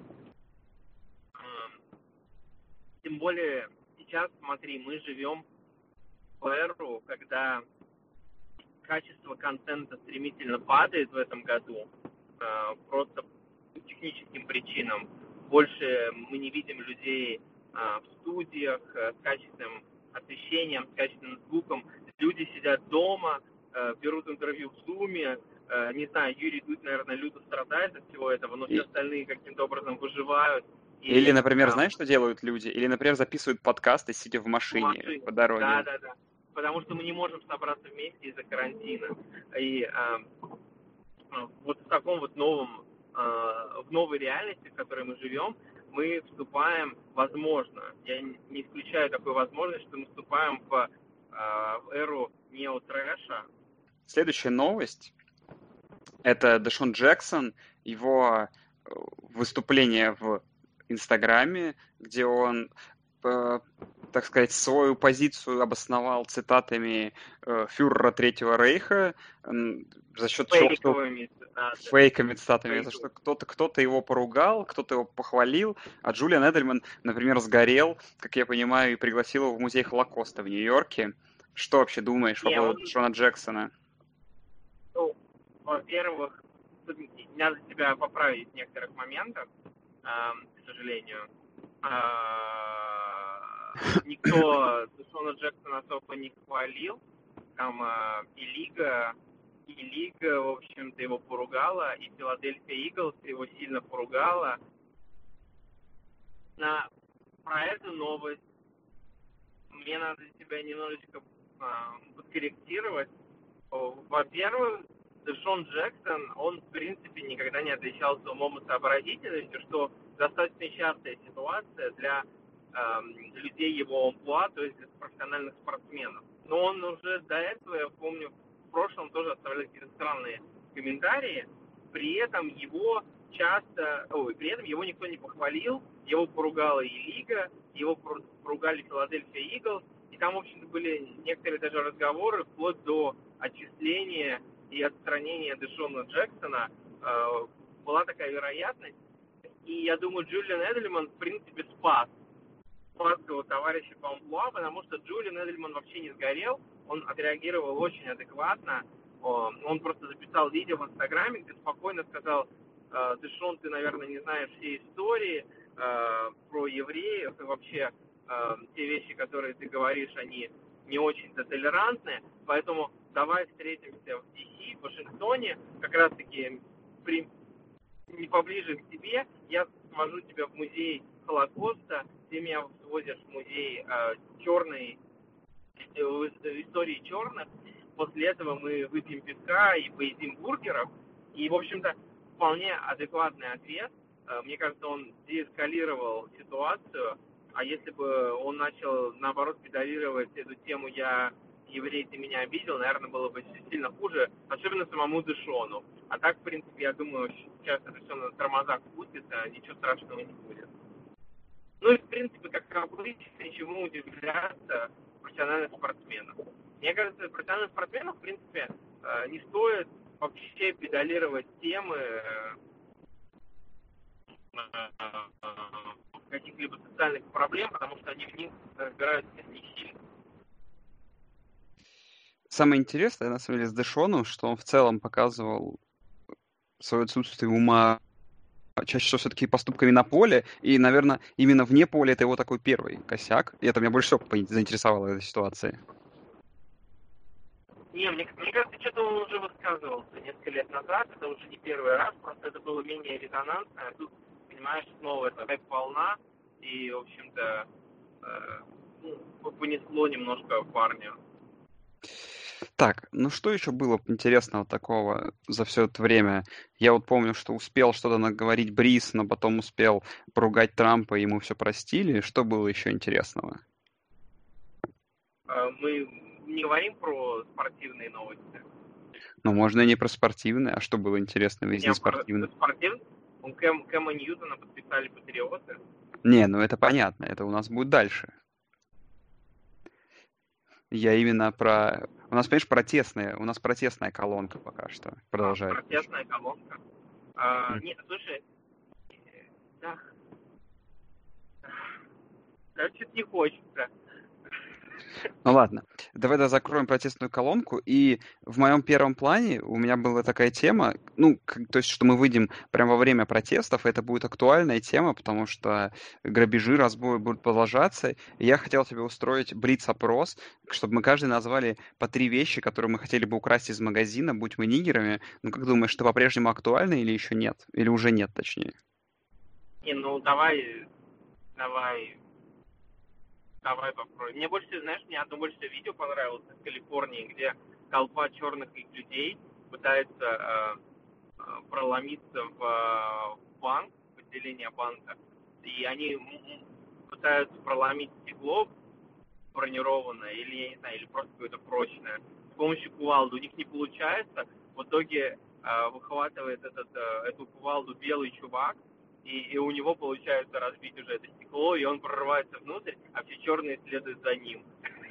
Тем более, сейчас, смотри, мы живем в эру, когда качество контента стремительно падает в этом году, просто по техническим причинам. Больше мы не видим людей в студиях с качественным освещением, с качественным звуком. Люди сидят дома, берут интервью в Зуме. Не знаю, Юрий Дудь, наверное, люто страдает от всего этого, но все остальные каким-то образом выживают. Или, например, знаешь, что делают люди? Или, например, записывают подкасты, сидя в машине по дороге. Да. Потому что мы не можем собраться вместе из-за карантина. И вот в таком вот в новой реальности, в которой мы живем, мы вступаем, возможно, я не исключаю такой возможности, что мы вступаем в эру нео-трэша. Следующая новость – это Дэшон Джексон, его выступление в Инстаграме, где он, так сказать, свою позицию обосновал цитатами фюрера Третьего Рейха, за счет фейковыми цитатами, за что кто-то его поругал, кто-то его похвалил, а Джулиан Эдельман, например, сгорел, как я понимаю, и пригласил его в музей Холокоста в Нью-Йорке. Что вообще думаешь по поводу Дэшона Джексона? Ну, во-первых, надо тебя поправить в некоторых моментах, к сожалению. Никто Дэшона Джексона особо не хвалил. Там и Лига, и лига, в общем-то, его поругала, и Филадельфия Иглс его сильно поругала. Про эту новость мне надо себя немножечко подкорректировать. Во-первых, Дэшон Джексон, он, в принципе, никогда не отличался умом и сообразительностью, что достаточно частая ситуация для людей его амплуа, то есть для профессиональных спортсменов. Но он уже до этого, я помню, в прошлом тоже оставлял какие-то странные комментарии, при этом его никто не похвалил, его поругала и лига, его поругали Филадельфия Иглс, и там, в общем-то, были некоторые даже разговоры вплоть до отчисления и отстранения Дэшона Джексона. Была такая вероятность, и я думаю, Джулиан Эдельман, в принципе, спас своего товарища по амплуа, потому что Джулиан Эдельман вообще не сгорел, он отреагировал очень адекватно, он просто записал видео в Инстаграме, где спокойно сказал: Дэшон, ты, наверное, не знаешь все истории про евреев, и вообще те вещи, которые ты говоришь, они не очень-то толерантны, поэтому давай встретимся в DC, в Вашингтоне, как раз-таки не поближе к тебе, я свожу тебя в музей Холокоста, ты меня свозишь в музей истории черных, после этого мы выпьем пивка и поедим бургеров, и, в общем-то, вполне адекватный ответ. Мне кажется, он деэскалировал ситуацию, а если бы он начал, наоборот, педалировать эту тему «я еврей, ты меня обидел», наверное, было бы сильно хуже, особенно самому Дэшону. А так, в принципе, я думаю, сейчас это все на тормозах спустится, ничего страшного не будет. Ну и, в принципе, как обычно, чему удивляться профессиональных спортсменов. Мне кажется, профессиональных спортсменов, в принципе, не стоит вообще педалировать темы каких-либо социальных проблем, потому что они в них разбираются не сильно. Самое интересное, на самом деле, с Дэшоном, что он в целом показывал свое отсутствие ума чаще всего все-таки поступками на поле, и, наверное, именно вне поля это его такой первый косяк, и это меня больше всего заинтересовало в этой ситуации. Не, мне кажется, что-то он уже высказывался несколько лет назад, это уже не первый раз, просто это было менее резонансно, а тут, понимаешь, снова эта хайп-волна, и, в общем-то, понесло немножко парня. Так, ну что еще было интересного такого за все это время? Я вот помню, что успел что-то наговорить Бриз, но потом успел поругать Трампа, и ему все простили. Что было еще интересного? Мы не говорим про спортивные новости. Ну, можно и не про спортивные, а что было интересного из неспортивных? Спортивных? Кэма Ньютона подписали патриоты. Не, ну это понятно, это у нас будет дальше. Я именно про... У нас, понимаешь, протестная колонка пока что продолжает. Протестная колонка. Нет, слушай, да, что-то не хочется. Ну ладно, давай закроем протестную колонку. И в моем первом плане у меня была такая тема, то есть, что мы выйдем прямо во время протестов, это будет актуальная тема, потому что грабежи, разбои будут продолжаться. И я хотел тебе устроить блиц-опрос, чтобы мы каждый назвали по 3 вещи, которые мы хотели бы украсть из магазина, будь мы нигерами. Ну, как думаешь, это по-прежнему актуально или еще нет? Или уже нет, точнее? Давай попробуем. Мне одно больше видео понравилось из Калифорнии, где толпа черных людей пытается проломиться в банк, в отделение банка, и они пытаются проломить стекло бронированное, или, я не знаю, или просто какое-то прочное, с помощью кувалды. У них не получается. В итоге выхватывает эту кувалду белый чувак, и у него получается разбить уже это стекло, и он прорывается внутрь, а все черные следуют за ним.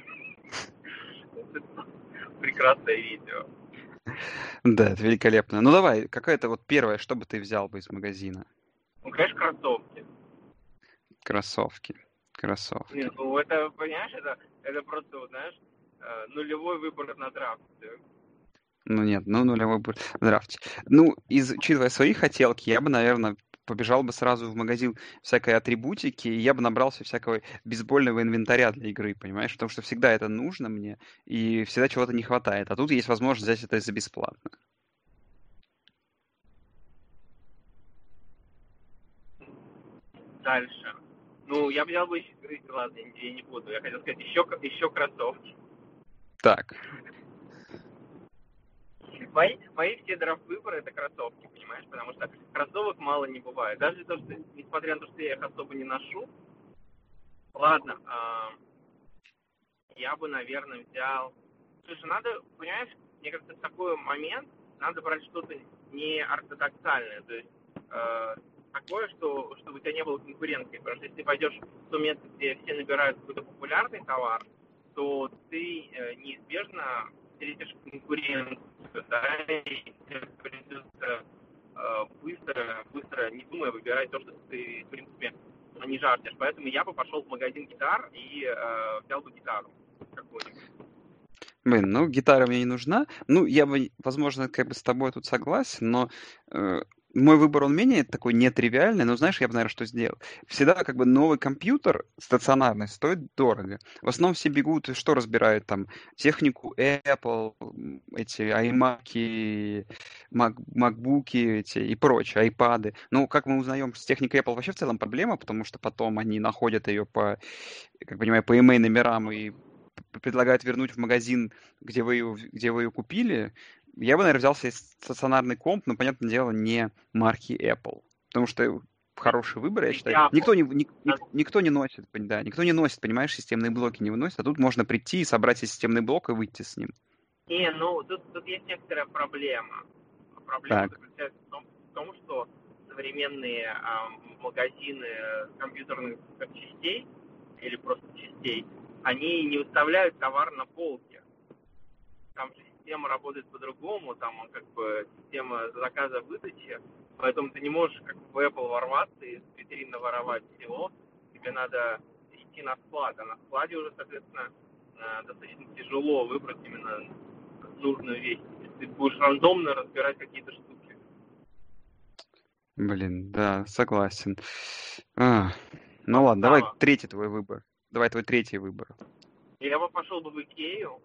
Прекрасное видео. Да, это великолепно. Ну давай, какая-то вот первое, что бы ты взял бы из магазина? Ну, конечно, кроссовки. Кроссовки. Нет, ну это, понимаешь, это просто, вот, знаешь, нулевой выбор на драфте. Ну нет, нулевой выбор на драфте. Учитывая свои хотелки, я бы, наверное, побежал бы сразу в магазин всякой атрибутики, и я бы набрался всякого бейсбольного инвентаря для игры, понимаешь? Потому что всегда это нужно мне, и всегда чего-то не хватает. А тут есть возможность взять это за бесплатно. Дальше. Ну, я взял бы еще... Ладно, я не буду. Я хотел сказать, еще кроссовки. Так, Мои все драфт-выборы это кроссовки, понимаешь? Потому что кроссовок мало не бывает. Даже то, что, несмотря на то, что я их особо не ношу, ладно, я бы, наверное, взял... Слушай, надо, понимаешь, мне кажется, в такой момент надо брать что-то не ортодоксальное, то есть такое, чтобы у тебя не было конкуренции. Потому что если ты пойдешь в то место, где все набирают какой-то популярный товар, то ты неизбежно встретишь конкуренцию, да, и тебе придется быстро, не думая, выбирать то, что ты, в принципе, не жаждешь. Поэтому я бы пошел в магазин гитар и взял бы гитару какую-нибудь. блин, ну гитара мне не нужна. Ну, я бы, возможно, как бы с тобой тут согласен, но э, мой выбор, он менее такой нетривиальный, но знаешь, я бы, наверное, что сделал? Всегда как бы новый компьютер стационарный стоит дорого. В основном все бегут и что разбирают там? Технику Apple, эти iMac'и, MacBook'и эти и прочее, iPad'ы. Ну, как мы узнаем, с техникой Apple вообще в целом проблема, потому что потом они находят ее по, как понимаю, по EMEI номерам и предлагают вернуть в магазин, где вы ее купили, я бы, наверное, взял себе стационарный комп, но, понятное дело, не марки Apple. Потому что хороший выбор, я считаю. Apple. Никто не носит, да, никто не носит, понимаешь, системные блоки не выносит, а тут можно прийти и собрать себе системный блок и выйти с ним. Не, ну тут есть некоторая проблема. Проблема Так, заключается в том, что современные магазины компьютерных частей или просто частей, они не выставляют товар на полке. Там же система работает по-другому, там как бы система заказа выдачи, поэтому ты не можешь как в Apple ворваться и с витрины воровать всего. Тебе надо идти на склад, а на складе уже, соответственно, достаточно тяжело выбрать именно нужную вещь. Ты будешь рандомно разбирать какие-то штуки. блин, да, согласен. А, ну ладно, давай Подстава. третий твой выбор. Давай твой третий выбор. Я бы пошел бы в Икею,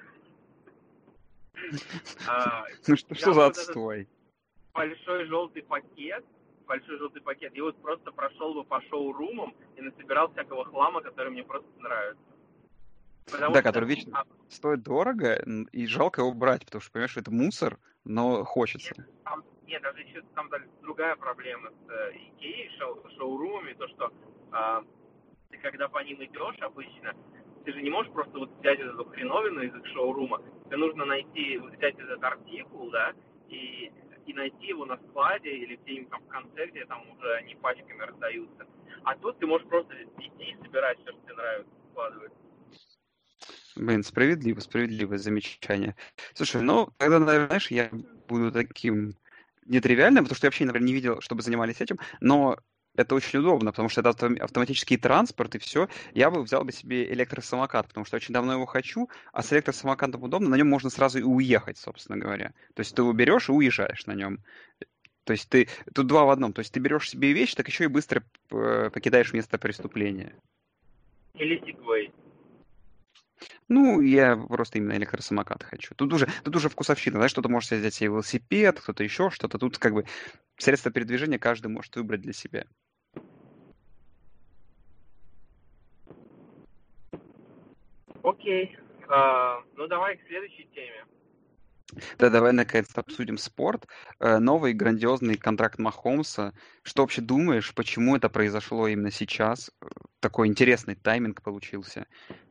Ну что взял бы за вот этот отстой? большой желтый пакет, и вот просто прошел бы по шоурумам и насобирал всякого хлама, который мне просто нравится. Потому Да, что который вечно стоит дорого, и жалко его брать, потому что, понимаешь, это мусор, но хочется. нет, даже еще там другая проблема с Икеей, шоурумами, то что ты когда по ним идешь обычно, ты же не можешь просто вот взять эту хреновину из их шоурума. Тебе нужно взять этот артикул, да, и найти его на складе или где-нибудь там в конце, где там уже они пачками раздаются. А тут ты можешь просто идти и собирать все, что тебе нравится, складывать. Блин, справедливое замечание. Слушай, ну, тогда, наверное, знаешь, я буду таким нетривиальным, потому что я вообще, например, не видел, чтобы занимались этим, но это очень удобно, потому что это автоматический транспорт и все. Я бы взял бы себе электросамокат, потому что очень давно его хочу, а с электросамокатом удобно, на нем можно сразу и уехать, собственно говоря. То есть ты его берешь и уезжаешь на нем. То есть ты тут два в одном. То есть ты берешь себе вещь, так еще и быстро покидаешь место преступления. Или Segway. Ну, я просто именно электросамокат хочу. Тут уже вкусовщина, знаешь, кто-то может себе взять себе велосипед, кто-то еще что-то. Тут как бы средства передвижения каждый может выбрать для себя. Окей. Ну, давай к следующей теме. Да, давай наконец-то обсудим спорт. Новый грандиозный контракт Махомса. Что вообще думаешь, почему это произошло именно сейчас? Такой интересный тайминг получился.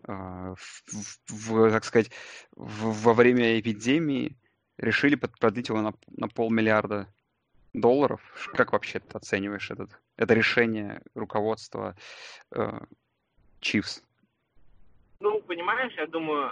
Так сказать, во время эпидемии решили продлить его на $500 миллиарда. Как вообще ты оцениваешь это решение руководства Chiefs? Ну, понимаешь, я думаю,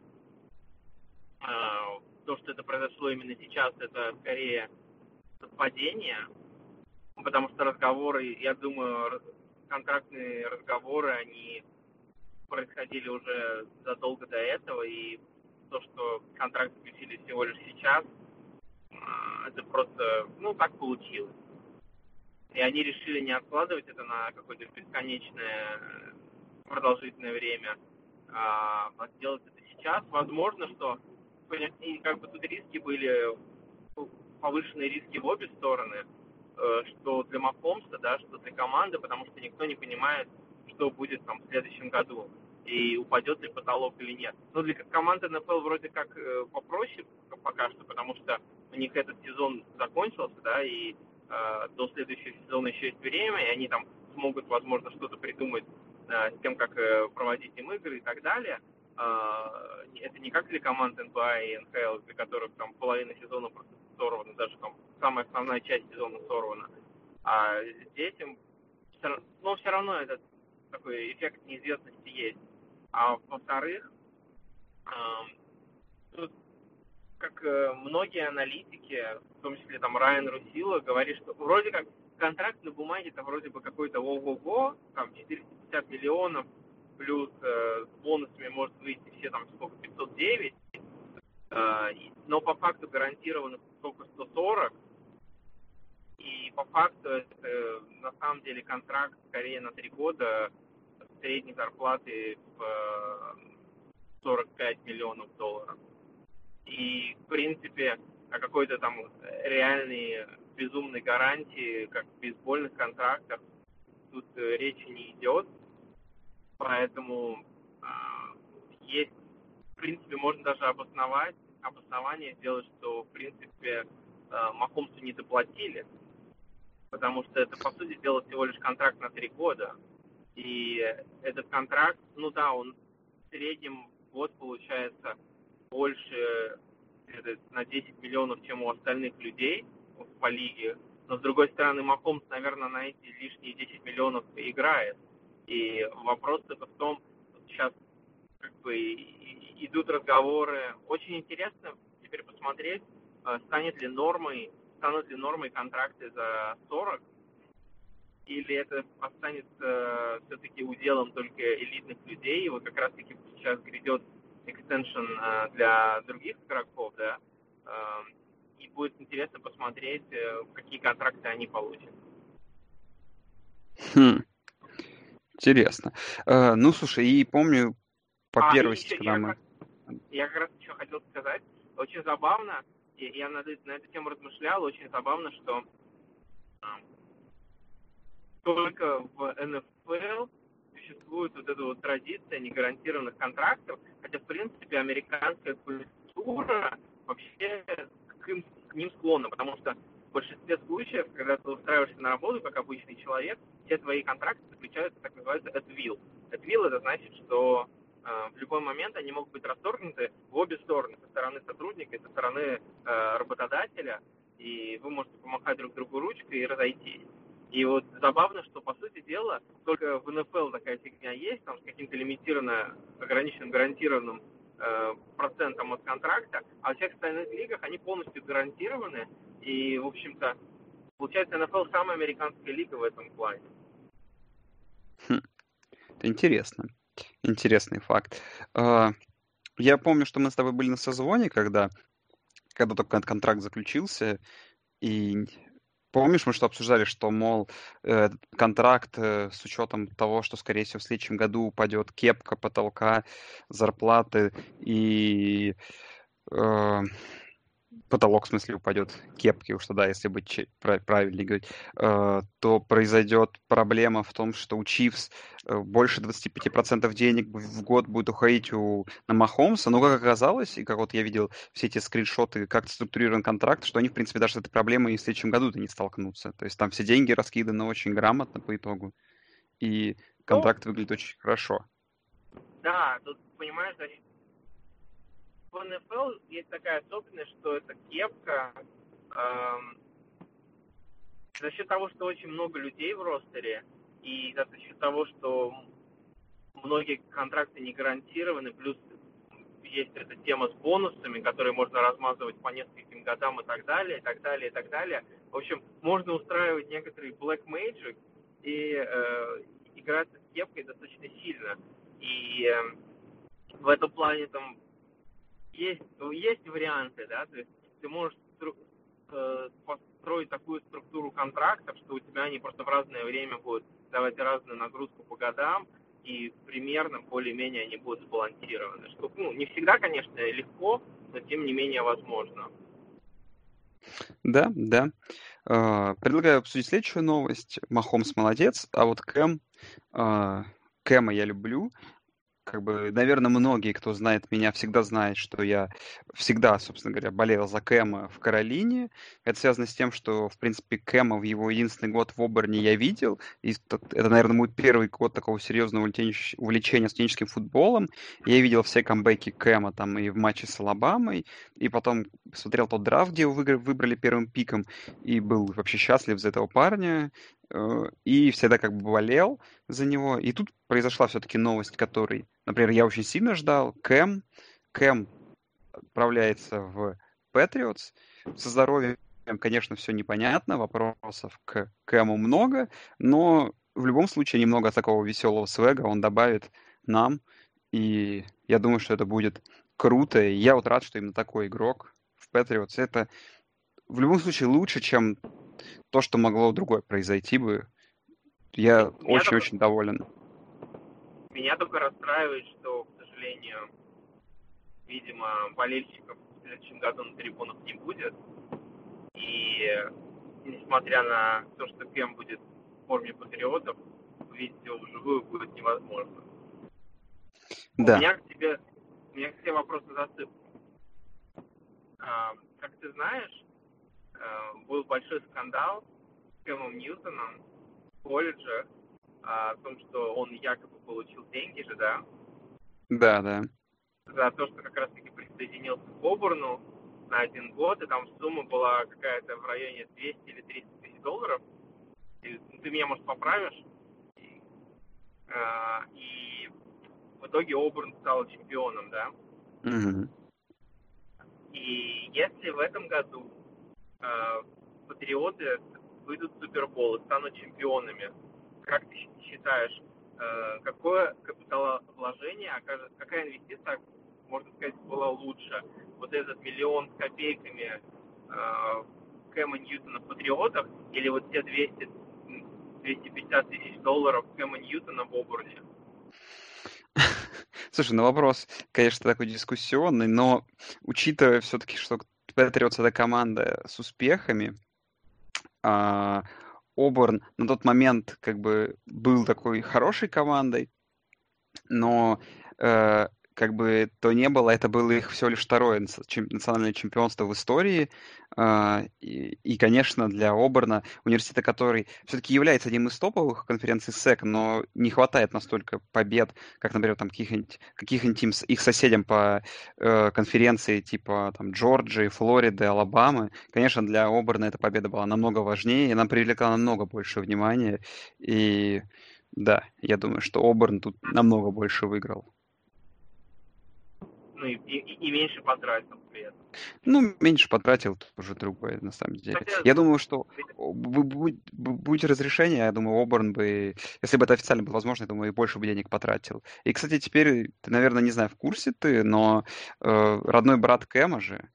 то, что это произошло именно сейчас, это скорее совпадение, потому что разговоры, я думаю, контрактные разговоры, они происходили уже задолго до этого, и то, что контракт заключили всего лишь сейчас, это просто, ну, так получилось. И они решили не откладывать это на какое-то бесконечное продолжительное время, а сделать это сейчас. Возможно, что и как бы тут риски были, повышенные риски в обе стороны, что для Махомса, да, что для команды, потому что никто не понимает, что будет там в следующем году и упадет ли потолок или нет. Но для команды НФЛ вроде как попроще пока что, потому что у них этот сезон закончился, да, и до следующего сезона еще есть время, и они там смогут, возможно, что-то придумать с тем, как проводить им игры и так далее. Это не как для команд НБА и НХЛ, для которых там половина сезона просто сорвана, даже там самая основная часть сезона сорвана. А здесь им все равно этот такой эффект неизвестности есть. А во-вторых, тут, как многие аналитики, в том числе там Райан Русило, говорит, что вроде как контракт на бумаге это вроде бы какой-то ого-го, там 450 миллионов, плюс с бонусами может выйти все там сколько, 509, но по факту гарантировано только 140, и по факту это на самом деле контракт скорее на 3 года средней зарплаты в 45 миллионов долларов. И, в принципе, о какой-то там реальной безумной гарантии, как в бейсбольных контрактах, тут речи не идет. Поэтому есть, в принципе, можно даже обоснование сделать, что, в принципе, Махомсу не доплатили, потому что это, по сути дела, всего лишь контракт на 3 года. И этот контракт, ну да, он в среднем в год получается больше на 10 миллионов, чем у остальных людей по лиге. Но, с другой стороны, Махомс, наверное, на эти лишние 10 миллионов играет. И вопрос только в том, сейчас как бы идут разговоры. Очень интересно теперь посмотреть, станут ли нормой контракты за 40, или это останется все-таки уделом только элитных людей. И вот как раз-таки сейчас грядет экстеншн для других игроков, да, и будет интересно посмотреть, какие контракты они получат. Интересно. Ну, слушай, и помню по первости, когда мы... Я как раз еще хотел сказать, очень забавно, я на эту тему размышлял, очень забавно, что только в НФЛ существует вот эта вот традиция негарантированных контрактов, хотя, в принципе, американская культура вообще к ним склонна, потому что в большинстве случаев, когда ты устраиваешься на работу, как обычный человек, все твои контракты заключаются, так называется, at will. At will — это значит, что в любой момент они могут быть расторгнуты в обе стороны, со стороны сотрудника и со стороны работодателя, и вы можете помахать друг другу ручкой и разойтись. И вот забавно, что, по сути дела, только в НФЛ такая фигня есть, там с каким-то лимитированным, ограниченным, гарантированным процентом от контракта, а во всех остальных лигах они полностью гарантированы, и, в общем-то, получается, НФЛ самая американская лига в этом плане. Это интересно. Интересный факт. Я помню, что мы с тобой были на созвоне, когда только контракт заключился, и помнишь, мы что обсуждали, что, мол, контракт с учетом того, что, скорее всего, в следующем году упадет кепка потолка, зарплаты и потолок, в смысле, упадет кепки, уж тогда, если быть правильнее говорить, то произойдет проблема в том, что у Chiefs больше 25% денег в год будет уходить на Махомса. Но, как оказалось, и как вот я видел все эти скриншоты, как структурирован контракт, что они, в принципе, даже с этой проблемой и в следующем году-то не столкнутся. То есть там все деньги раскиданы очень грамотно по итогу. И контракт выглядит очень хорошо. Да, тут, понимаешь, значит, в НФЛ есть такая особенность, что эта кепка за счет того, что очень много людей в ростере, и за счет того, что многие контракты не гарантированы, плюс есть эта тема с бонусами, которые можно размазывать по нескольким годам и так далее, и так далее, и так далее. В общем, можно устраивать некоторый black magic и играть с кепкой достаточно сильно. И в этом плане там есть варианты, да, то есть ты можешь построить такую структуру контрактов, что у тебя они просто в разное время будут давать разную нагрузку по годам, и примерно более-менее они будут сбалансированы. Что, не всегда, конечно, легко, но тем не менее возможно. Да, да. Предлагаю обсудить следующую новость. Махомс молодец, а вот Кэма я люблю. Как бы, наверное, многие, кто знает меня, всегда знают, что я всегда, собственно говоря, болел за Кэма в Каролине. Это связано с тем, что, в принципе, Кэма в его единственный год в Оберне я видел. И это, наверное, мой первый год такого серьезного увлечения студенческим футболом. Я видел все камбэки Кэма там и в матче с Алабамой, и потом смотрел тот драфт, где его выбрали первым пиком, и был вообще счастлив за этого парня. И всегда как бы болел за него. И тут произошла все-таки новость, которой, например, я очень сильно ждал. Кэм отправляется в Патриотс. Со здоровьем, конечно, все непонятно, вопросов к Кэму много, но в любом случае немного такого веселого свега он добавит нам, и я думаю, что это будет круто. И я вот рад, что именно такой игрок в Патриотс. Это в любом случае лучше, чем то, что могло другое произойти бы. Я очень-очень доволен. Меня только расстраивает, что, к сожалению, видимо, болельщиков в следующем году на трибунах не будет. И несмотря на то, что Кэм будет в форме патриотов, увидеть его вживую будет невозможно. Да. У меня к тебе вопрос на засыпку. Как ты знаешь, был большой скандал с Кэмом Ньютоном в колледже о том, что он якобы получил деньги же, да? Да, да. За то, что как раз-таки присоединился к Оберну на 1 год, и там сумма была какая-то в районе 200 или 300 тысяч долларов. И, ты меня, может, поправишь? И в итоге Оберн стал чемпионом, да? Угу. И если в этом году Патриоты выйдут в Супербол и станут чемпионами, как ты считаешь, какое капиталовложение, какая инвестиция, можно сказать, была лучше? Вот этот 1 миллион с копейками Кэма Ньютона в Патриотах или вот те 250 тысяч долларов Кэма Ньютона в Оберне? Слушай, вопрос, конечно, такой дискуссионный, но учитывая все-таки, что Патриотс это команда с успехами, Оберн на тот момент как бы был такой хорошей командой, но как бы то не было, это было их всего лишь второе национальное чемпионство в истории. И, конечно, для Оберна, университета, который все-таки является одним из топовых конференций СЭК, но не хватает настолько побед, как, например, там каких-нибудь их соседям по конференции типа там Джорджии, Флориды, Алабамы. Конечно, для Оберна эта победа была намного важнее, и она привлекла намного больше внимания. И да, я думаю, что Оберн тут намного больше выиграл. Ну и меньше потратил при этом. Ну, меньше потратил, это уже другое, на самом деле. Я думаю, что будь разрешение, я думаю, Оберн бы, если бы это официально было возможно, я думаю, и больше бы денег потратил. И, кстати, теперь, ты, наверное, не знаю, в курсе ты, но родной брат Кэма же,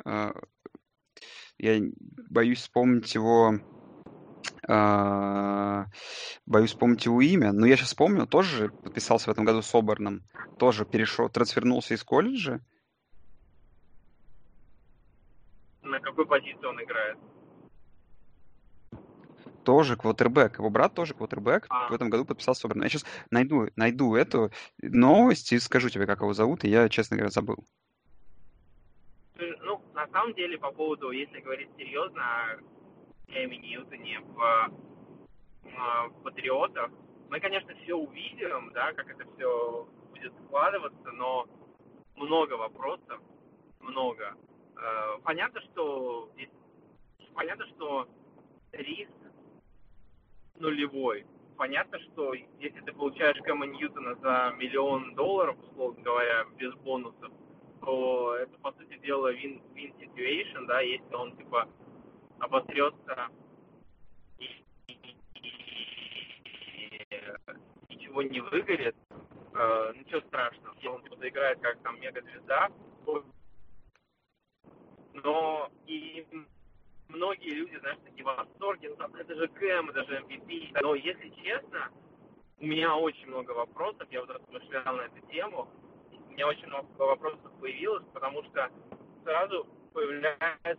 я боюсь вспомнить его имя, но я сейчас вспомнил, тоже подписался в этом году с Оберном, тоже трансфернулся из колледжа. На какой позиции он играет? Тоже квотербек. Его брат тоже квотербек. В этом году подписался с Оберном. Я сейчас найду эту новость и скажу тебе, как его зовут, и я, честно говоря, забыл. Ну, на самом деле, по поводу, если говорить серьезно о Кэме Ньютоне в Патриотах, мы, конечно, все увидим, да, как это все будет складываться, но много вопросов, много. Понятно, что риск нулевой. Понятно, что если ты получаешь Кэма Ньютона за $1 миллион, условно говоря, без бонусов, то это, по сути дела, win-win situation, да, если он, типа, обосрется и ничего не выгорит, ничего страшного. Если он заиграет как там мега-звезда, но и многие люди, знаешь, такие в восторге, ну там, это же Кэм, это же MVP. Но если честно, у меня очень много вопросов, я вот размышлял на эту тему, у меня очень много вопросов появилось, потому что сразу появляется,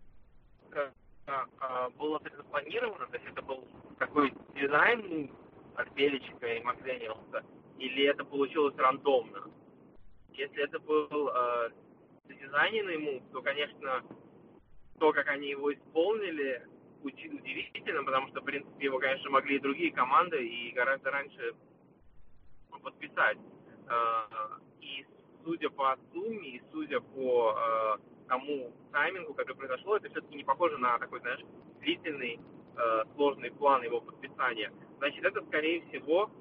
было это запланировано, то есть это был такой дизайн от Беличика и Макдэниелса, или это получилось рандомно. Если это был задизайненный мув, то, конечно, то, как они его исполнили, удивительно, потому что, в принципе, его, конечно, могли и другие команды и гораздо раньше подписать. И судя по сумме, и судя по тому таймингу, который произошло, это все-таки не похоже на такой, знаешь, длительный, сложный план его подписания. Значит, это, скорее всего,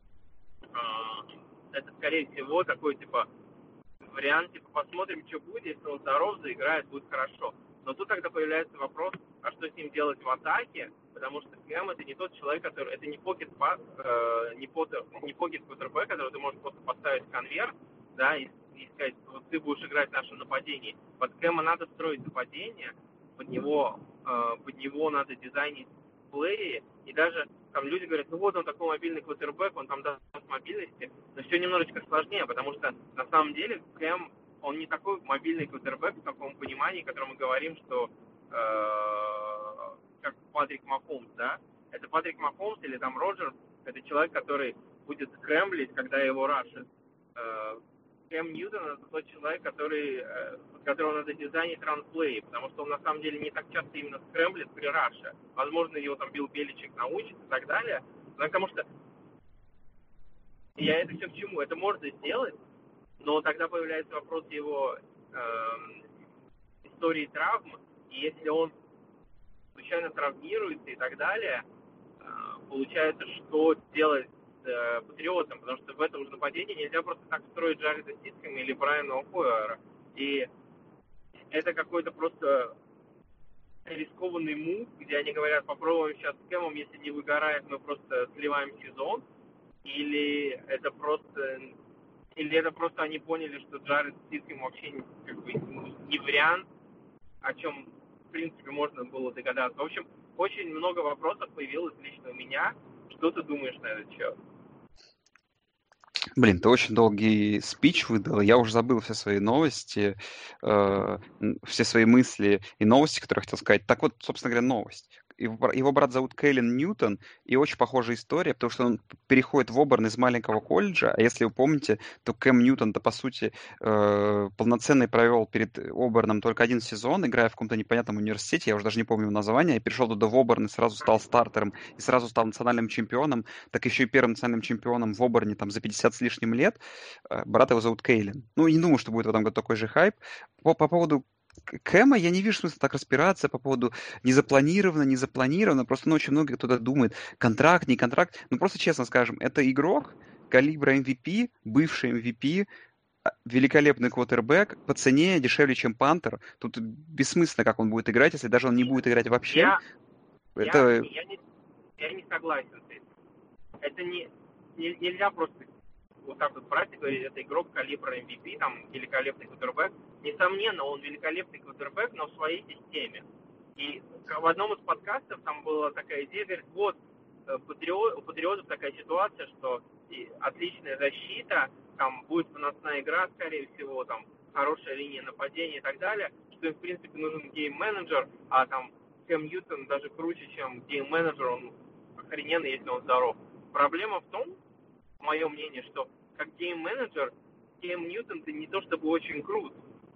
такой, типа, вариант, типа, посмотрим, что будет, если он здоров, заиграет, будет хорошо. Но тут тогда появляется вопрос, а что с ним делать в атаке, потому что Кэм это не тот человек, который, это не покет квотербэк, который ты можешь просто поставить конверт, да, и сказать, вот ты будешь играть в нашем нападении. Под Кэма надо строить нападение, под него надо дизайнить плеи, и даже там люди говорят, ну вот он такой мобильный квотербэк, он там даст мобильности, но все немножечко сложнее, потому что на самом деле Кэм, он не такой мобильный квотербэк в таком понимании, в котором мы говорим, что как Патрик Махомс, да? Это Патрик Махомс или там Роджерс, это человек, который будет скрэмблить, когда его рашит. Кэм Ньютон это тот человек, которого надо дизайнить ранплей, потому что он на самом деле не так часто именно скрэмблит при раше. Возможно, его там Билл Беличек научит и так далее. Потому что я это все к чему? Это можно сделать, но тогда появляется вопрос его истории травм, и если он случайно травмируется и так далее, получается, что делать с Патриотом, потому что в этом же нападении нельзя просто так строить Джареда Стидхэма или Брайана О'Хойера. И это какой-то просто рискованный мув, где они говорят, попробуем сейчас с Кэмом, если не выгорает, мы просто сливаем сезон, или это просто они поняли, что Джаред Стидхэм вообще как бы не вариант, о чем, в принципе, можно было догадаться. В общем, очень много вопросов появилось лично у меня. Что ты думаешь на этот счет? Блин, ты очень долгий спич выдал. Я уже забыл все свои новости, все свои мысли и новости, которые хотел сказать. Так вот, собственно говоря, новость. Его брат зовут Кейлен Ньютон, и очень похожая история, потому что он переходит в Оберн из маленького колледжа, а если вы помните, то Кэм Ньютон-то, по сути, полноценный провел перед Оберном только один сезон, играя в каком-то непонятном университете, я уже даже не помню название, и перешел туда в Оберн и сразу стал стартером, и сразу стал национальным чемпионом, так еще и первым национальным чемпионом в Оберне там за 50 с лишним лет. Брат его зовут Кейлен. Ну, не думаю, что будет в этом году такой же хайп. По поводу Кэма я не вижу смысла так распираться по поводу не запланировано, просто очень много кто-то думает, контракт, не контракт. Ну, просто честно скажем, это игрок калибра MVP, бывший MVP, великолепный квотербэк, по цене дешевле, чем Пантер. Тут бессмысленно, как он будет играть, если даже он не будет играть вообще. Я не согласен с этим. Это нельзя просто вот так вот брать и говорить, это игрок калибра MVP, там, великолепный квотербэк. Несомненно, он великолепный квотербэк, но в своей системе. И в одном из подкастов там была такая идея, говорит, вот, у Патриотов такая ситуация, что отличная защита, там будет выносная игра, скорее всего, там, хорошая линия нападения и так далее, что им, в принципе, нужен гейм-менеджер, а там Кэм Ньютон даже круче, чем гейм-менеджер, он охрененный, если он здоров. Проблема в том, мое мнение, что как гейм-менеджер Кэм Ньютон ты не то чтобы очень крут.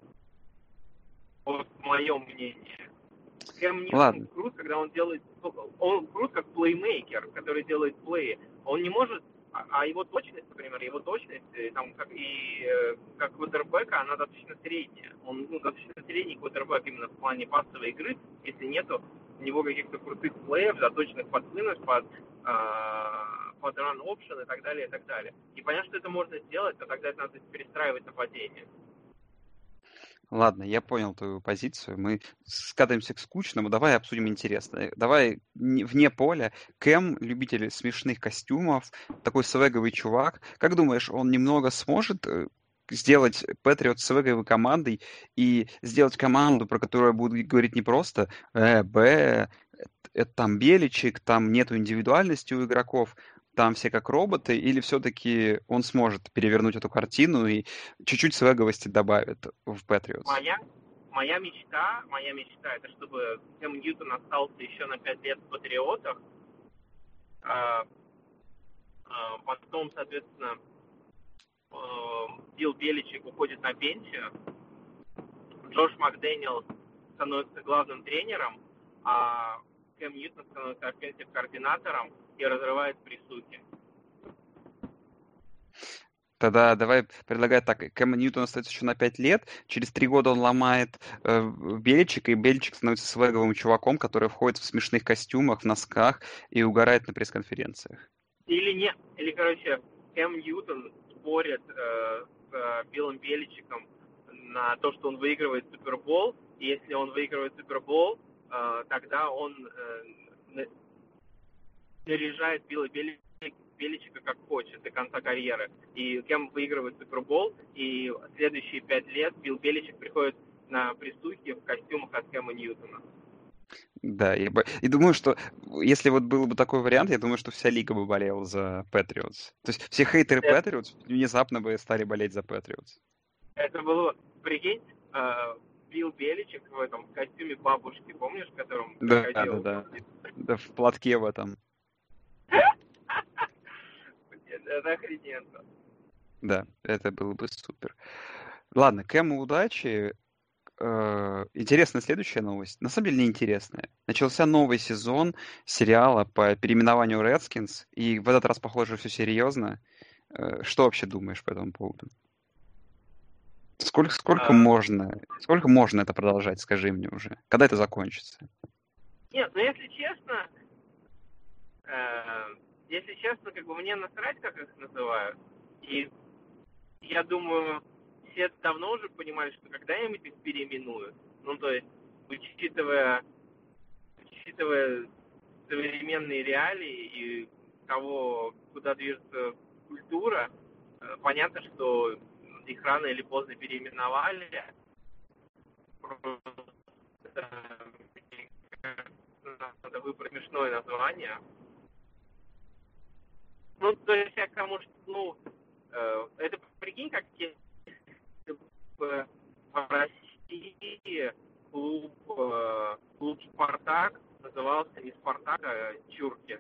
Вот мое мнение. Кэм Ньютон крут, когда он крут как плеймейкер, который делает плей. Он не может, а его точность, например, там, как квотербека, она достаточно средняя. Он достаточно средний квотербек именно в плане пассовой игры, если нету у него каких-то крутых плеев, заточенных под вынос, под run option и так далее, и так далее. И понятно, что это можно сделать, но тогда это надо перестраивать нападение. Ладно, я понял твою позицию. Мы скатываемся к скучному. Давай обсудим интересное. Давай вне поля. Кэм, любитель смешных костюмов, такой свеговый чувак. Как думаешь, он немного сможет сделать Патриотс свеговой командой и сделать команду, про которую будут говорить не просто это там Беличик, там нету индивидуальности у игроков, там все как роботы, или все-таки он сможет перевернуть эту картину и чуть-чуть свеговости добавит в Патриотс? Моя мечта, это чтобы Кэм Ньютон остался еще на 5 лет в Патриотах, потом, соответственно, Билл Беличик уходит на пенсию, Джош Макдэниелс становится главным тренером, а Кэм Ньютон становится оффенсив-координатором и разрывает присухи. Тогда давай предлагать так. Кэм Ньютон остается еще на 5 лет. Через 3 года он ломает Бельчика, и Бельчик становится свеговым чуваком, который входит в смешных костюмах, в носках и угорает на пресс-конференциях. Или нет. Или, Кэм Ньютон спорит с Биллом Беличиком на то, что он выигрывает Супербол. И если он выигрывает Супербол, тогда он наряжает Билла Беличика как хочет до конца карьеры. И Кэм выигрывает Супербол, и следующие 5 лет Билл Беличик приходит на присухи в костюмах от Кэма Ньютона. Да, и думаю, что если вот был бы такой вариант, я думаю, что вся лига бы болела за Патриотс. То есть все хейтеры Патриотс внезапно бы стали болеть за Патриотс. Это было, прикинь, Билл Беличик в этом костюме бабушки, помнишь, в котором крокодил? Да, в платке в этом. Это охрененно. Да, это было бы супер. Ладно, Кэму удачи. Интересная следующая новость. На самом деле неинтересная. Начался новый сезон сериала по переименованию Redskins, и в этот раз, похоже, все серьезно. Что вообще думаешь по этому поводу? Сколько можно это продолжать, скажи мне уже? Когда это закончится? Нет, ну если честно, мне насрать, как их называют. И я думаю, все давно уже понимали, что когда-нибудь их переименуют. Ну, то есть, учитывая современные реалии и того, куда движется культура, понятно, что их рано или поздно переименовали. Надо выбрать смешное название. Ну, то есть я к тому, что, это, прикинь, как в России клуб «Спартак» назывался не «Спартак», а «Чурки».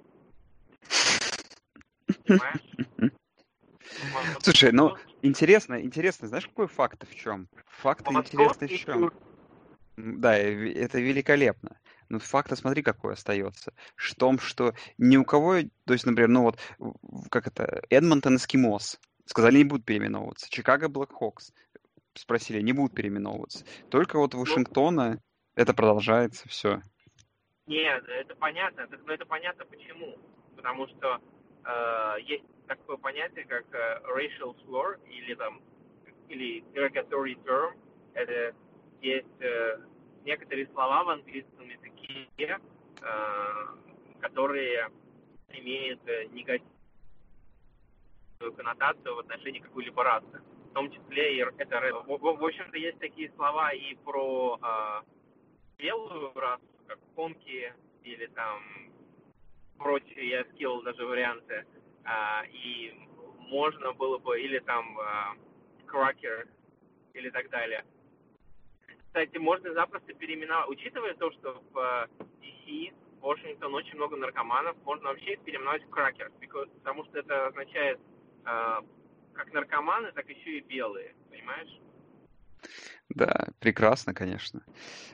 Понимаешь? Слушай, интересно, знаешь, какой факт в чем? Факт интересный в чем? Да, это великолепно. Но факт, смотри, какой остается. В том, что ни у кого, то есть, например, Эдмонтон Эскимос сказали, не будут переименовываться. Чикаго Блэкхокс спросили, не будут переименовываться. Только вот Вашингтона это продолжается, все. Нет, это понятно. Но это понятно почему. Потому что есть такое понятие, как racial slur, или derogatory term. Это есть некоторые слова в английском языке, которые имеют негативную коннотацию в отношении какой-либо расы. В том числе и в общем-то, есть такие слова и про белую расу, как конки или там прочие, я скинул даже варианты. И можно было бы, или там кракер, или так далее. Кстати, можно запросто переименовать. Учитывая то, что в DC, в Вашингтон очень много наркоманов, можно вообще их переименовать в кракер, потому что это означает как наркоманы, так еще и белые, понимаешь? Да, прекрасно, конечно.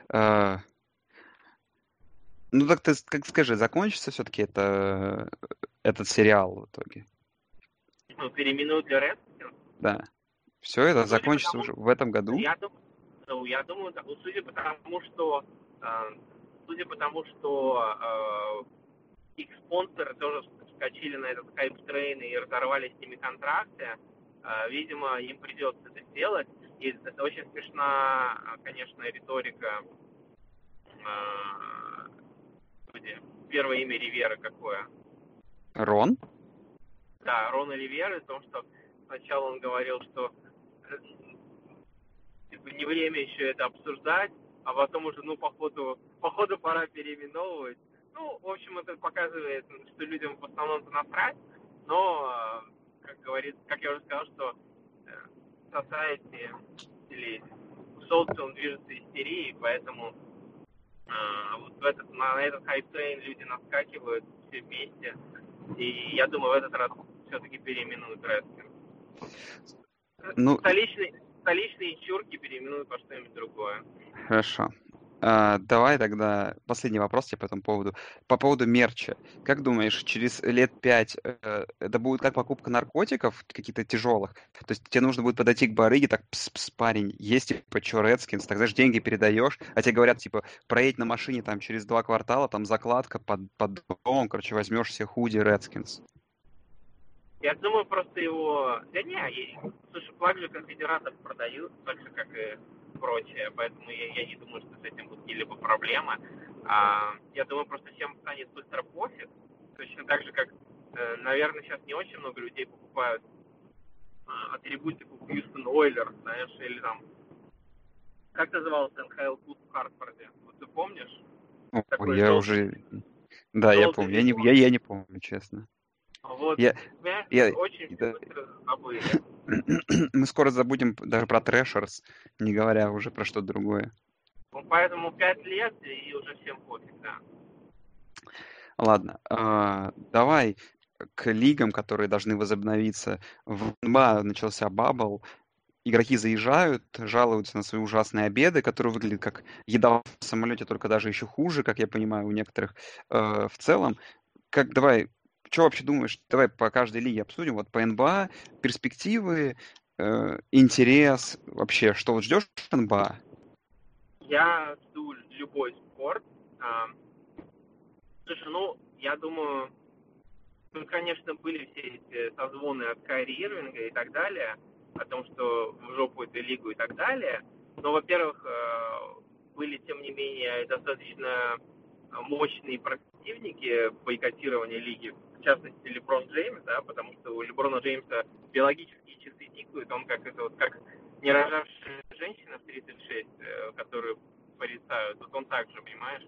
Ну так ты как скажи, закончится все-таки этот сериал в итоге? Ну, переименуют для Redskins? Да. Все это закончится уже в этом году? Я думаю, судя по тому, что их спонсоры тоже вскочили на этот хайп-трейн и разорвали с ними контракты, видимо, им придется это сделать. И это очень смешна, конечно, риторика. Первое имя Риверы какое? Рон? Да, Рона Риверы, о том, что сначала он говорил, что типа, не время еще это обсуждать, а потом уже, походу пора переименовывать. Ну, в общем, это показывает, что людям в основном-то насрать, но, как я уже сказал, что society или социум движется истерией, поэтому вот на этот хайп-трейн люди наскакивают все вместе, и я думаю, в этот раз все-таки переименуют Redskins. Ну, Столичные чурки переименуют во что-нибудь другое. хорошо. Давай тогда последний вопрос тебе по этому поводу. По поводу мерча. Как думаешь, через лет 5 это будет как покупка наркотиков, каких-то тяжелых? То есть тебе нужно будет подойти к барыге, так, пс, парень, есть типа чё, Redskins, тогда же деньги передаешь, а тебе говорят, типа, проедь на машине там через 2 квартала, там закладка под домом, короче, возьмешь себе худи Redskins. Я думаю, просто его... Да не, слушай, флаг же конфедератов продают, так же, как и прочее, поэтому я не думаю, что с этим будут какие-либо проблемы. Я думаю, просто всем станет быстро пофиг, точно так же, как, наверное, сейчас не очень много людей покупают атрибутику Хьюстон Ойлерс, знаешь, или там... Как назывался НХЛ клуб в Хартфорде? Вот ты помнишь? Ой, Такой я желтый, уже... Да, я желтый помню. визуал. Я не помню, честно. Вот, Я, понимаешь, я, очень да. быстро забыли. Мы скоро забудем даже про Трэшерс, не говоря уже про что-то другое. Поэтому 5 лет, и уже всем пофиг, да. Ладно, давай к лигам, которые должны возобновиться. В НБА начался бабл, игроки заезжают, жалуются на свои ужасные обеды, которые выглядят как еда в самолете, только даже еще хуже, как я понимаю, у некоторых в целом. Давай, что вообще думаешь? Давай по каждой лиге обсудим. Вот по НБА, перспективы, интерес, вообще, что вот ждешь НБА? Я жду любой спорт. Слушай, я думаю, конечно, были все эти созвоны от Кайри Ирвинга и так далее, о том, что в жопу эту лигу и так далее. Но, во-первых, были, тем не менее, достаточно мощные противники бойкотирования лиги, в частности, Леброн Джеймс, да, потому что у Леброна Джеймса биологические часы тикают, он как не рожавшая женщина в 36, которую порицают, вот он так же, понимаешь?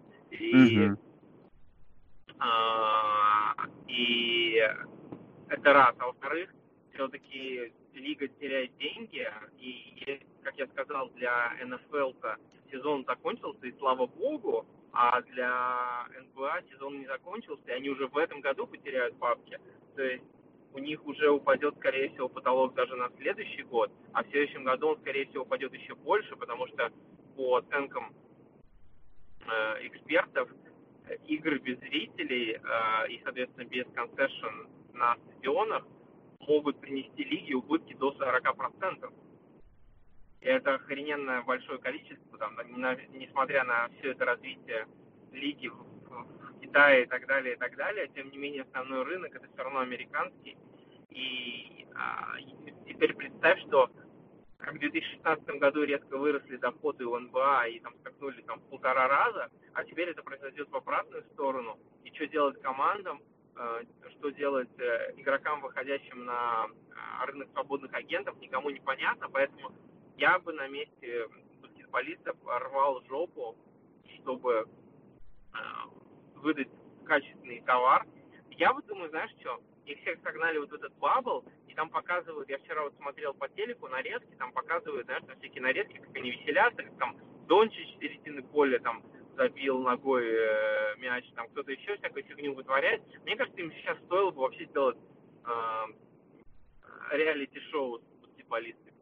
И это раз. А во-вторых, все-таки лига теряет деньги, и, как я сказал, для НФЛ-то сезон закончился, и слава богу, а для НБА сезон не закончился, и они уже в этом году потеряют бабки. То есть у них уже упадет, скорее всего, потолок даже на следующий год, а в следующем году он, скорее всего, упадет еще больше, потому что по оценкам экспертов, игры без зрителей и, соответственно, без концессион на стадионах могут принести лиге убытки до 40%. И это охрененно большое количество, там, несмотря на все это развитие лиги в Китае и так далее, тем не менее основной рынок это все равно американский. И теперь представь, что как в 2016 году резко выросли доходы у НБА и там скакнули там в 1,5 раза, а теперь это произойдет в обратную сторону. И что делать командам, что делать игрокам, выходящим на рынок свободных агентов, никому не понятно, поэтому я бы на месте баскетболистов рвал жопу, чтобы выдать качественный товар. Я вот думаю, знаешь что, их всех согнали вот в этот бабл, и там показывают, я вчера вот смотрел по телеку нарезки, там показывают, знаешь, там всякие нарезки, как они веселятся, как там Дончич с середины поля там забил ногой мяч, там кто-то еще всякую фигню вытворяет. Мне кажется, им сейчас стоило бы вообще сделать реалити-шоу с баскетболистами.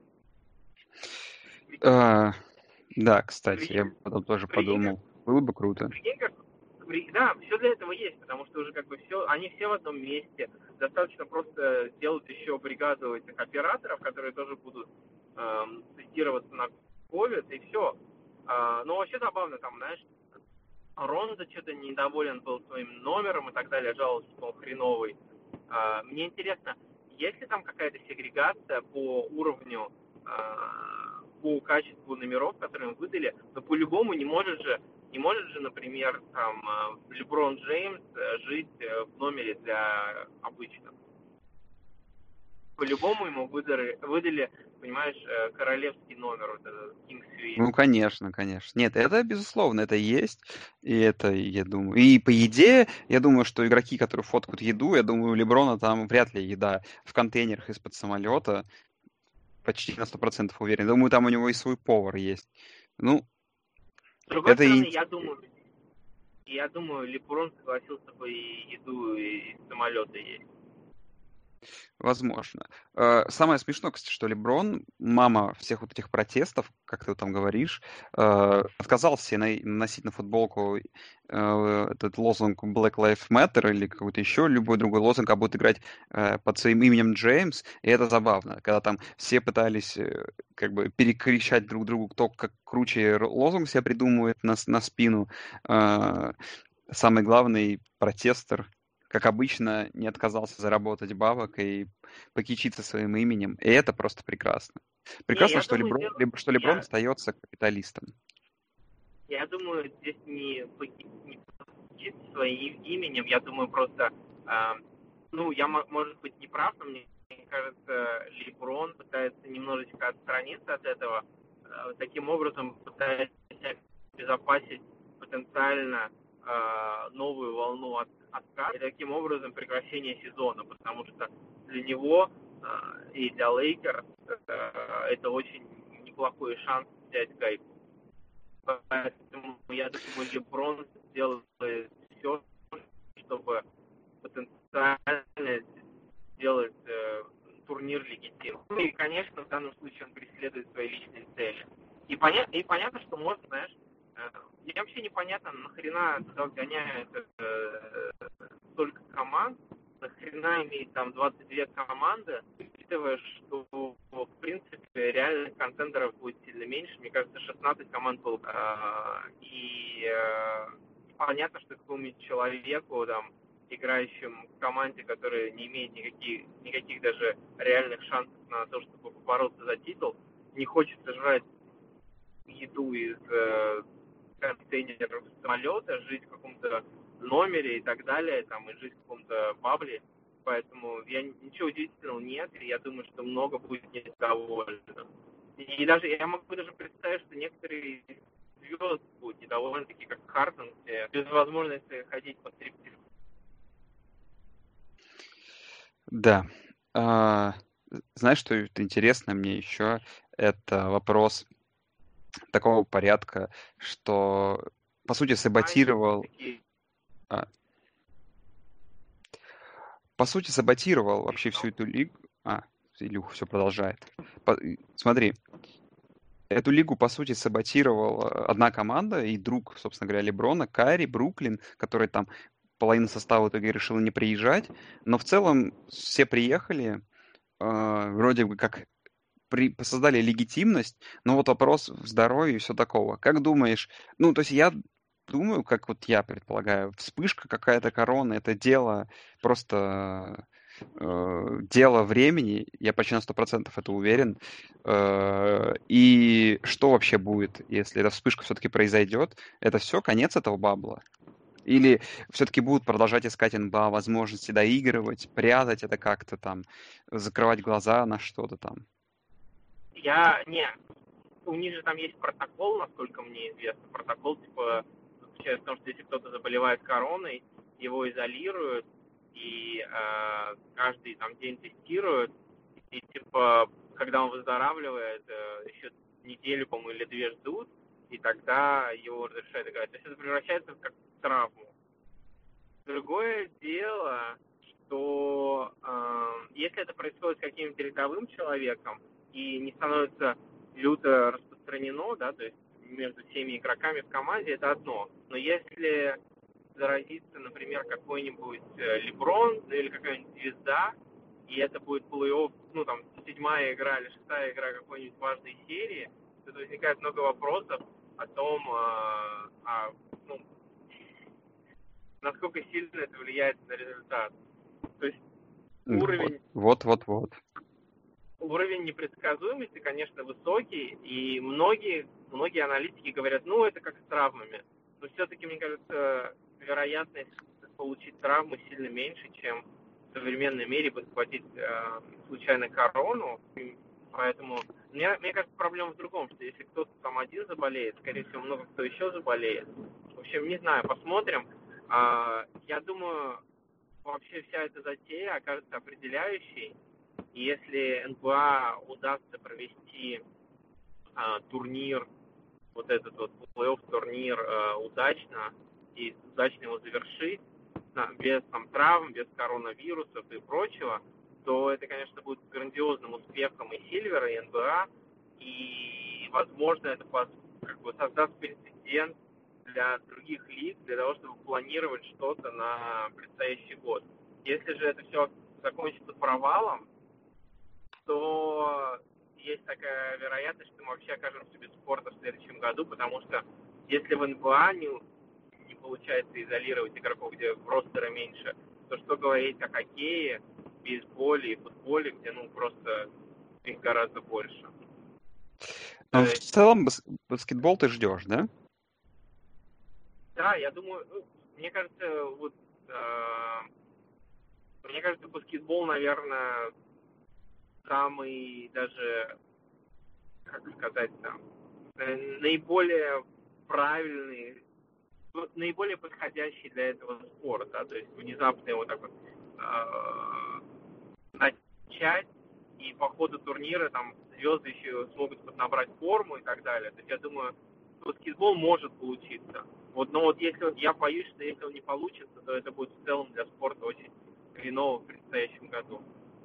Да, кстати, я потом тоже подумал. Было бы круто. Да, все для этого есть, потому что уже как бы все, они все в одном месте. Достаточно просто сделать еще бригаду этих операторов, которые тоже будут тестироваться на COVID, и все. Но вообще забавно, там, знаешь, Рондо что-то недоволен был своим номером и так далее, жаловался, что он хреновый. Мне интересно, есть ли там какая-то сегрегация по уровню, по качеству номеров, которые им выдали? Но по-любому не может же, например, там, Леброн Джеймс жить в номере для обычных. по-любому ему выдали, понимаешь, королевский номер, вот этот King Suite. Ну, конечно, конечно. Нет, это безусловно, это есть. И это, я думаю... И по еде, я думаю, что игроки, которые фоткают еду, я думаю, у Леброна там вряд ли еда в контейнерах из-под самолета. Почти на 100% уверен. Думаю, там у него и свой повар есть. Ну, С другой это стороны, и... я думаю, Леброн согласился бы и еду из самолета есть. Возможно. Самое смешное, кстати, что Леброн, мама всех вот этих протестов, как ты там говоришь, отказался носить на футболку этот лозунг Black Lives Matter или какой-то еще любой другой лозунг, а будет играть под своим именем Джеймс, и это забавно, когда там все пытались как бы перекричать друг другу, кто как круче лозунг себе придумывает на спину. Самый главный протестер, как обычно, не отказался заработать бабок и покичиться своим именем. И это просто прекрасно. Не, Прекрасно, я что думаю, что Леброн остается капиталистом. я думаю, здесь не покичиться своим именем, я думаю, просто, я, может быть, не прав, но мне кажется, Леброн пытается немножечко отстраниться от этого, таким образом пытаясь обезопасить потенциально новую волну отката и таким образом прекращение сезона, потому что для него и для Лейкерс это очень неплохой шанс взять гайку. Поэтому я думаю, Леброн сделает все, чтобы потенциально сделать турнир легитимным. Ну и, конечно, в данном случае он преследует свои личные цели. И понятно, что может, знаешь, мне вообще непонятно, нахрена туда гоняют столько команд, нахрена иметь там 22 команды, учитывая, что, в принципе, реальных контендеров будет сильно меньше. Мне кажется, 16 команд было. И понятно, что какому-нибудь человеку, там, играющим в команде, которая не имеет никаких даже реальных шансов на то, чтобы побороться за титул, не хочется жрать еду из контейнеров самолета, жить в каком-то номере и так далее, там, и жить в каком-то бабле. Поэтому ничего удивительного нет, и я думаю, что много будет недовольных. И даже я могу даже представить, что некоторые звезды будут недовольны, такие как Хартон, без возможности ходить по стриптизу. Да. Знаешь, что интересно мне еще? Это вопрос такого порядка, что, по сути, саботировал... По сути, саботировал вообще всю эту лигу. Илюха все продолжает. Смотри, эту лигу, по сути, саботировала одна команда и друг, собственно говоря, Леброна, Кайри, Бруклин, который там половина состава в итоге решила не приезжать. Но в целом все приехали, вроде бы как создали легитимность, но вот вопрос в здоровье и все такого. Как думаешь, то есть я думаю, как вот я предполагаю, вспышка какая-то корона, это дело просто дело времени, я почти на 100% это уверен. И что вообще будет, если эта вспышка все-таки произойдет? Это все, конец этого бабла? Или все-таки будут продолжать искать НБА возможности доигрывать, прятать это как-то там, закрывать глаза на что-то там? У них же там есть протокол, насколько мне известно. Протокол, заключается в том, что если кто-то заболевает короной, его изолируют, и каждый там день тестируют, и когда он выздоравливает, еще неделю, по-моему, или 2 ждут, и тогда его разрешают играть. То есть это превращается как в травму. Другое дело, что если это происходит с каким-то рядовым человеком и не становится люто распространено, да, то есть между всеми игроками в команде, это одно. Но если заразится, например, какой-нибудь Леброн или какая-нибудь звезда, и это будет плей-офф, 7-я игра или 6-я игра какой-нибудь важной серии, то возникает много вопросов о том, насколько сильно это влияет на результат. То есть уровень непредсказуемости, конечно, высокий, и многие аналитики говорят, это как с травмами. Но все-таки, мне кажется, вероятность получить травму сильно меньше, чем в современном мире подхватить случайно корону. Поэтому мне кажется, проблема в другом, что если кто-то там один заболеет, скорее всего, много кто еще заболеет. В общем, не знаю, посмотрим. Я думаю, вообще вся эта затея окажется определяющей. И если НБА удастся провести турнир, вот этот вот плей-офф турнир удачно и удачно его завершить, без там травм, без коронавирусов и прочего, то это, конечно, будет грандиозным успехом и Сильвера, и НБА, и, возможно, это как бы создаст прецедент для других лиг, для того, чтобы планировать что-то на предстоящий год. Если же это все закончится провалом, то есть такая вероятность, что мы вообще окажемся без спорта в следующем году, потому что если в НБА не получается изолировать игроков, где ростера меньше, то что говорить о хоккее, бейсболе и футболе, где просто их гораздо больше. Но в целом баскетбол ты ждешь, да? Да, я думаю, мне кажется, баскетбол, наверное, самый даже, как сказать, там, наиболее правильный, наиболее подходящий для этого спорта, да, то есть внезапно его так вот начать, и по ходу турнира там звезды еще смогут поднабрать форму и так далее. То есть я думаю, баскетбол может получиться. Но вот если я боюсь, что если он не получится, то это будет в целом для спорта очень хреново в предстоящем году.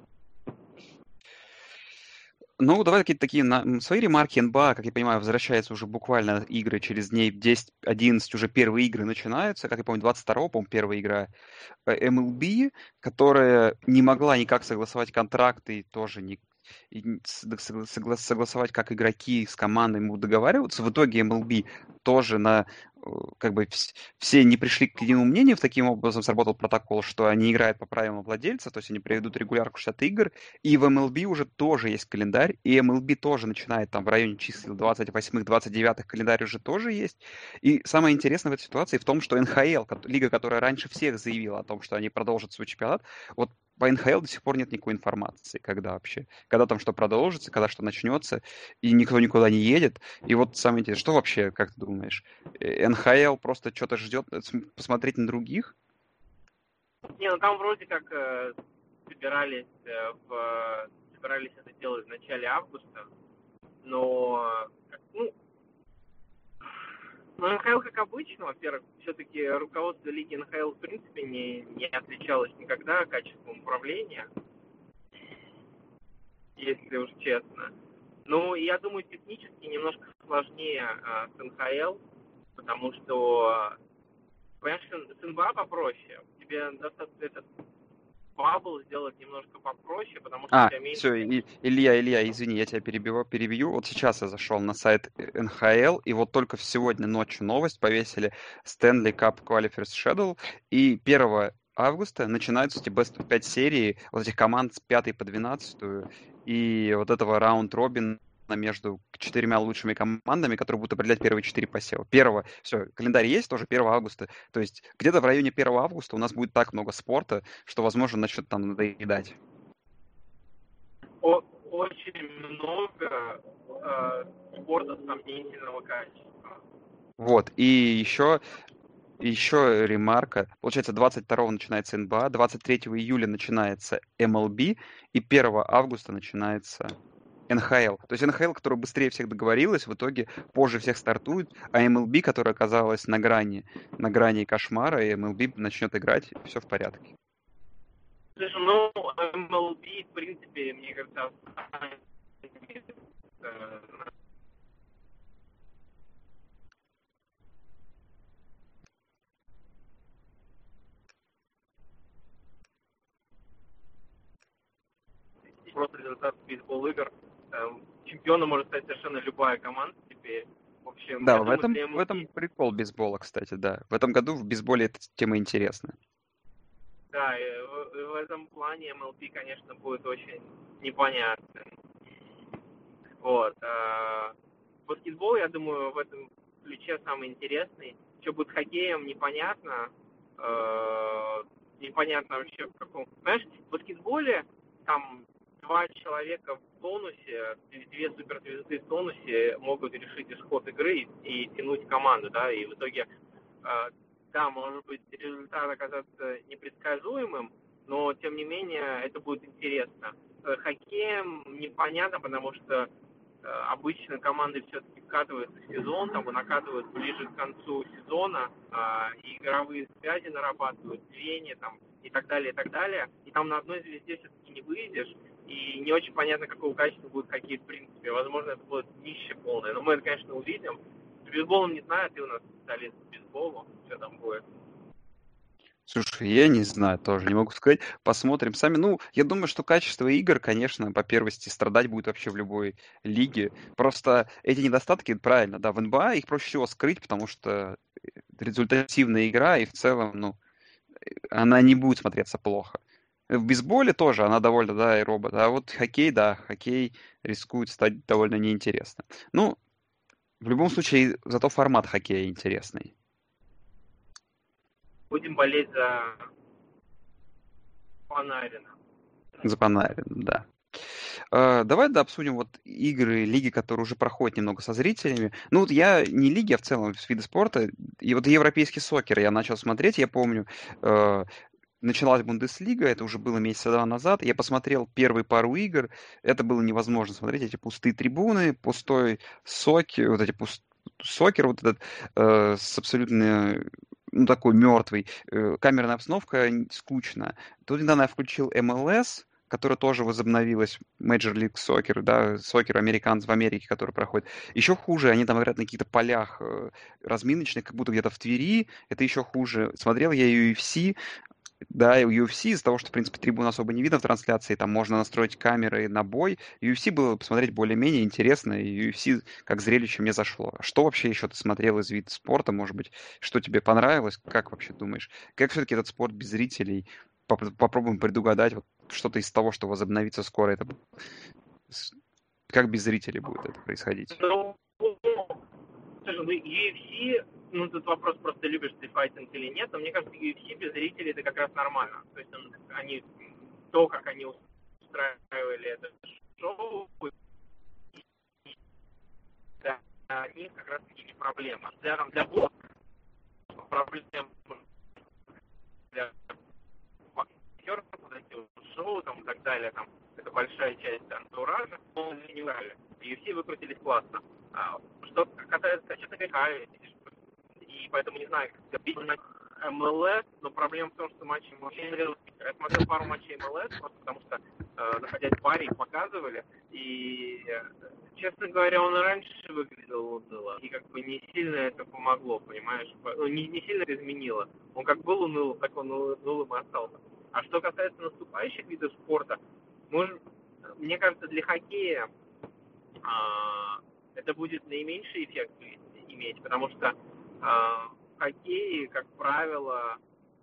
Ну, давай какие-то такие свои ремарки. НБА, как я понимаю, возвращается уже буквально игры через дней 10-11, уже первые игры начинаются. Как я помню, 22-го, по-моему, первая игра MLB, которая не могла никак согласовать контракты, и тоже согласовать, как игроки с командой будут договариваться. В итоге MLB тоже как бы все не пришли к единому мнению, таким образом сработал протокол, что они играют по правилам владельца, то есть они проведут регулярку 60 игр, и в MLB уже тоже есть календарь, и MLB тоже начинает там в районе чисел 28-х, 29-х календарь уже тоже есть. И самое интересное в этой ситуации в том, что НХЛ, лига, которая раньше всех заявила о том, что они продолжат свой чемпионат, вот по НХЛ до сих пор нет никакой информации, когда там что продолжится, когда что начнется, и никто никуда не едет. И вот самое интересное, что вообще, как ты думаешь, НХЛ просто что-то ждет посмотреть на других? Не, там вроде как собирались это делать в начале августа, но НХЛ, как обычно, во-первых, все-таки руководство лиги НХЛ, в принципе, не отличалось никогда качеством управления, если уж честно. Я думаю, технически немножко сложнее с НХЛ, потому что, понимаешь, с НБА попроще. Тебе достаточно этот бабл сделать немножко попроще, потому что у тебя меньше... Все, Илья, извини, я тебя перебью. Вот сейчас я зашел на сайт НХЛ, и вот только сегодня ночью новость повесили Stanley Cup Qualifiers Schedule, и 1 августа начинаются эти Best of 5 серии вот этих команд с 5 по 12, и вот этого раунд-робин между 4 лучшими командами, которые будут определять первые 4 посева. Все, календарь есть тоже 1 августа. То есть где-то в районе 1 августа у нас будет так много спорта, что, возможно, начнет там надоедать. Очень много спорта сомнительного качества. Вот, и еще ремарка. Получается, 22-го начинается НБА, 23 июля начинается МЛБ, и 1 августа начинается НХЛ. То есть НХЛ, которая быстрее всех договорилась, в итоге позже всех стартует, а МЛБ, которая оказалась на грани кошмара, и МЛБ начнет играть, и все в порядке. Слушай, МЛБ, в принципе, мне кажется, просто результат бейсбол игр. Чемпионом может стать совершенно любая команда теперь. В общем, Да, в этом прикол бейсбола, кстати, да. В этом году в бейсболе эта тема интересна. Да, и в этом плане MLB, конечно, будет очень непонятным. Вот. Баскетбол, я думаю, в этом ключе самый интересный. Что будет с хоккеем, непонятно. непонятно вообще в каком... Знаешь, в баскетболе там два человека в тонусе, две суперзвезды в тонусе могут решить исход игры и тянуть команду, да, и в итоге, да, может быть, результат оказаться непредсказуемым, но, тем не менее, это будет интересно. Хоккеем непонятно, потому что обычно команды все-таки вкатываются в сезон, там и накатывают ближе к концу сезона, и игровые связи нарабатывают, звенья там и так далее, и так далее. И там на одной звезде все-таки не выйдешь, и не очень понятно, какого качества будет хоккей в принципе. Возможно, это будет днище полное, но мы это, конечно, увидим. С бейсболом не знаю, ты у нас специалист по бейсболу, что там будет. Слушай, я не знаю, тоже не могу сказать. Посмотрим сами. Ну, я думаю, что качество игр, конечно, по первости страдать будет вообще в любой лиге. Просто эти недостатки, правильно, да, в НБА их проще всего скрыть, потому что результативная игра, и в целом, ну, она не будет смотреться плохо. В бейсболе тоже она довольно, да, и робот. А вот хоккей, да, хоккей рискует стать довольно неинтересным. Ну, в любом случае, зато формат хоккея интересный. Будем болеть за Панарина. За Панарин, да. Давай, да, обсудим вот игры, лиги, которые уже проходят немного со зрителями. Ну, вот я не лиги, а в целом виды спорта. И вот европейский сокер я начал смотреть, я помню, началась Бундеслига, это уже было месяца два назад. Я посмотрел первые пару игр, это было невозможно смотреть, эти пустые трибуны, пустой сокер, вот эти сокер вот этот с абсолютно ну, такой мертвый. Камерная обстановка скучно. Тут недавно я включил МЛС, которая тоже возобновилась, Major League Soccer, да, сокер американцев в Америке, который проходит. Еще хуже, они там играют на каких-то полях разминочных, как будто где-то в Твери, это еще хуже. Смотрел я UFC, да, и у UFC из-за того, что, в принципе, трибун особо не видно в трансляции, там можно настроить камеры на бой, UFC было посмотреть более-менее интересно, и UFC как зрелище мне зашло. Что вообще еще ты смотрел из вида спорта, может быть, что тебе понравилось, как вообще думаешь? Как все-таки этот спорт без зрителей? Попробуем предугадать вот что-то из того, что возобновится скоро. Это как без зрителей будет это происходить? Ну, слушай, ну UFC, ну тут вопрос, просто любишь ты файтинг или нет, но мне кажется, UFC без зрителей это как раз нормально. То есть они, то, как они устраивали это шоу, для них как раз таки не проблема. Для блога проблем для актеров, вот эти вот шоу там, и так далее, там, это большая часть антуража, но не играли. И все выкрутились классно. Что касается, честно говоря, и поэтому не знаю, как МЛС, но проблема в том, что матчи я смотрел пару матчей МЛС, просто потому что, находясь в баре, их показывали, и, честно говоря, он и раньше выглядел уныло, и как бы не сильно это помогло, понимаешь, ну, не сильно это изменило. Он как был унылым, так он унылым и остался. А что касается наступающих видов спорта, мне кажется, для хоккея это будет наименьший эффект иметь, потому что в хоккее, как правило,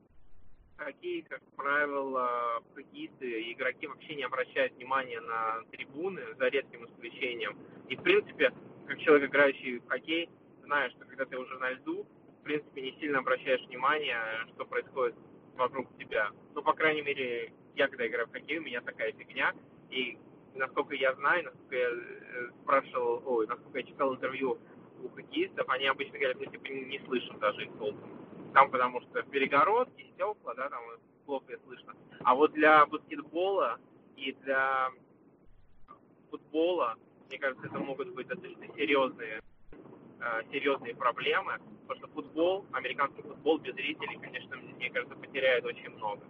хоккеисты и игроки вообще не обращают внимания на трибуны, за редким исключением. И, в принципе, как человек, играющий в хоккей, знаешь, что когда ты уже на льду, в принципе, не сильно обращаешь внимание, что происходит вокруг тебя. Ну, по крайней мере, я, когда играю в хоккей, у меня такая фигня. И насколько я знаю, насколько я насколько я читал интервью у хоккеистов, они обычно говорят, мы типа не слышим даже их толком. Там потому что перегородки, стекла, да, там плохо слышно. А вот для баскетбола и для футбола, мне кажется, это могут быть достаточно серьезные проблемы, потому что футбол, американский футбол без зрителей, конечно, мне кажется, потеряет очень много.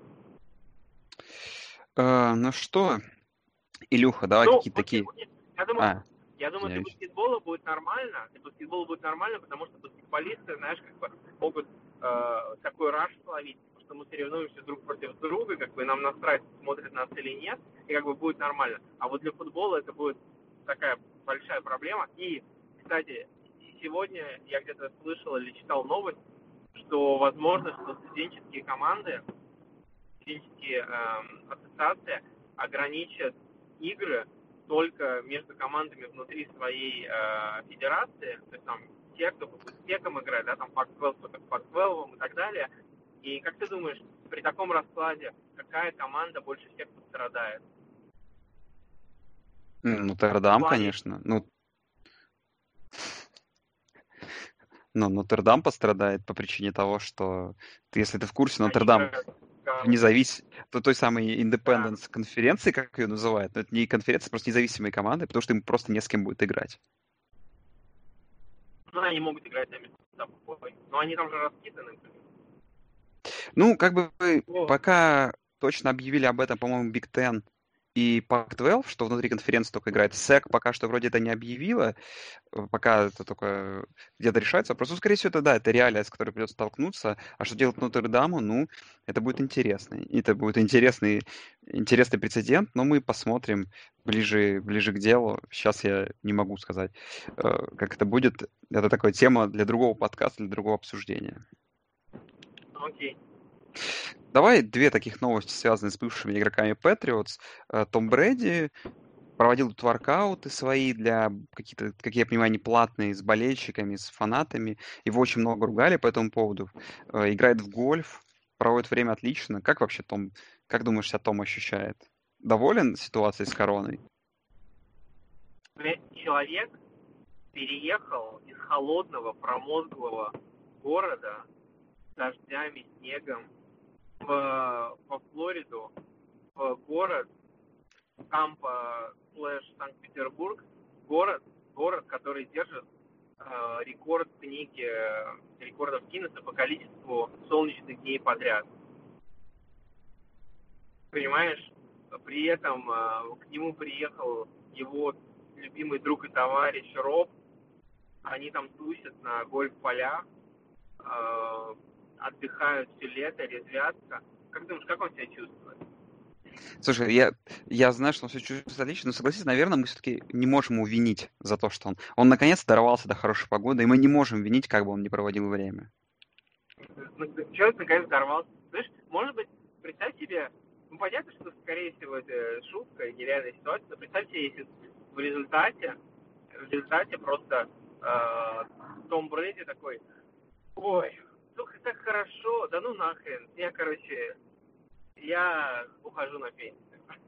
Ну что, Илюха, давай какие-то такие... Я думаю, для баскетбола будет нормально. Потому что баскетболисты, знаешь, как бы могут такой раш словить, потому что мы соревнуемся друг против друга, как бы нам насрать, смотрят нас или нет, и как бы будет нормально. А вот для футбола это будет такая большая проблема. И, кстати, сегодня я где-то слышал или читал новость, что возможно, что студенческие команды, студенческие ассоциации ограничат игры только между командами внутри своей федерации, то есть там те, кто будет с теком играть, да, там Pac-12 только с Pac-12 и так далее. И как ты думаешь, при таком раскладе какая команда больше всех пострадает? Ну, В Нотр-Дам, плане, конечно. Ну, Нотр-Дам пострадает по причине того, что если ты в курсе, они Нотр-Дам играют, в той самой да. Independence конференции, как ее называют, но это не конференция, просто независимые команды, потому что им просто не с кем будет играть. Ну, они могут играть сами с собой. Но они там же раскиданы. Ну, как бы О, пока точно объявили об этом, по-моему, Big Ten и Pac-12, что внутри конференции только играет. SEC пока что вроде это не объявила, пока это только где-то решается. Просто, скорее всего, это да, это реалия, с которой придется столкнуться. А что делать Нотр-Даму? Ну, это будет интересно. Это будет интересный прецедент, но мы посмотрим ближе к делу. Сейчас я не могу сказать, как это будет. Это такая тема для другого подкаста, для другого обсуждения. окей. Давай две таких новости, связанные с бывшими игроками Patriots. Том Брэди проводил тут воркауты свои для какие-то, как я понимаю, не платные, с болельщиками, с фанатами. Его очень много ругали по этому поводу. Играет в гольф, проводит время отлично. Как вообще как думаешь, себя Том ощущает? Доволен ситуацией с короной? Человек переехал из холодного, промозглого города с дождями, снегом во Флориду, в город Тампа / Санкт-Петербург, город, который держит рекорд в книге рекордов Гиннесса по количеству солнечных дней подряд. Понимаешь, при этом к нему приехал его любимый друг и товарищ Роб. Они там тусят на гольф-полях, отдыхают все лето, резвятся. Как думаешь, как он себя чувствует? Слушай, я знаю, что он все чувствует отлично, но согласись, наверное, мы все-таки не можем его винить за то, что он наконец дорвался до хорошей погоды, и мы не можем винить, как бы он не проводил время. Человек наконец дорвался. Знаешь, может быть, представь себе, ну понятно, что скорее всего это шутка и нереальная ситуация, но представь себе, если в результате просто Том Брэди такой: ой, слушай, так хорошо, да ну нахрен, я ухожу на пенсию.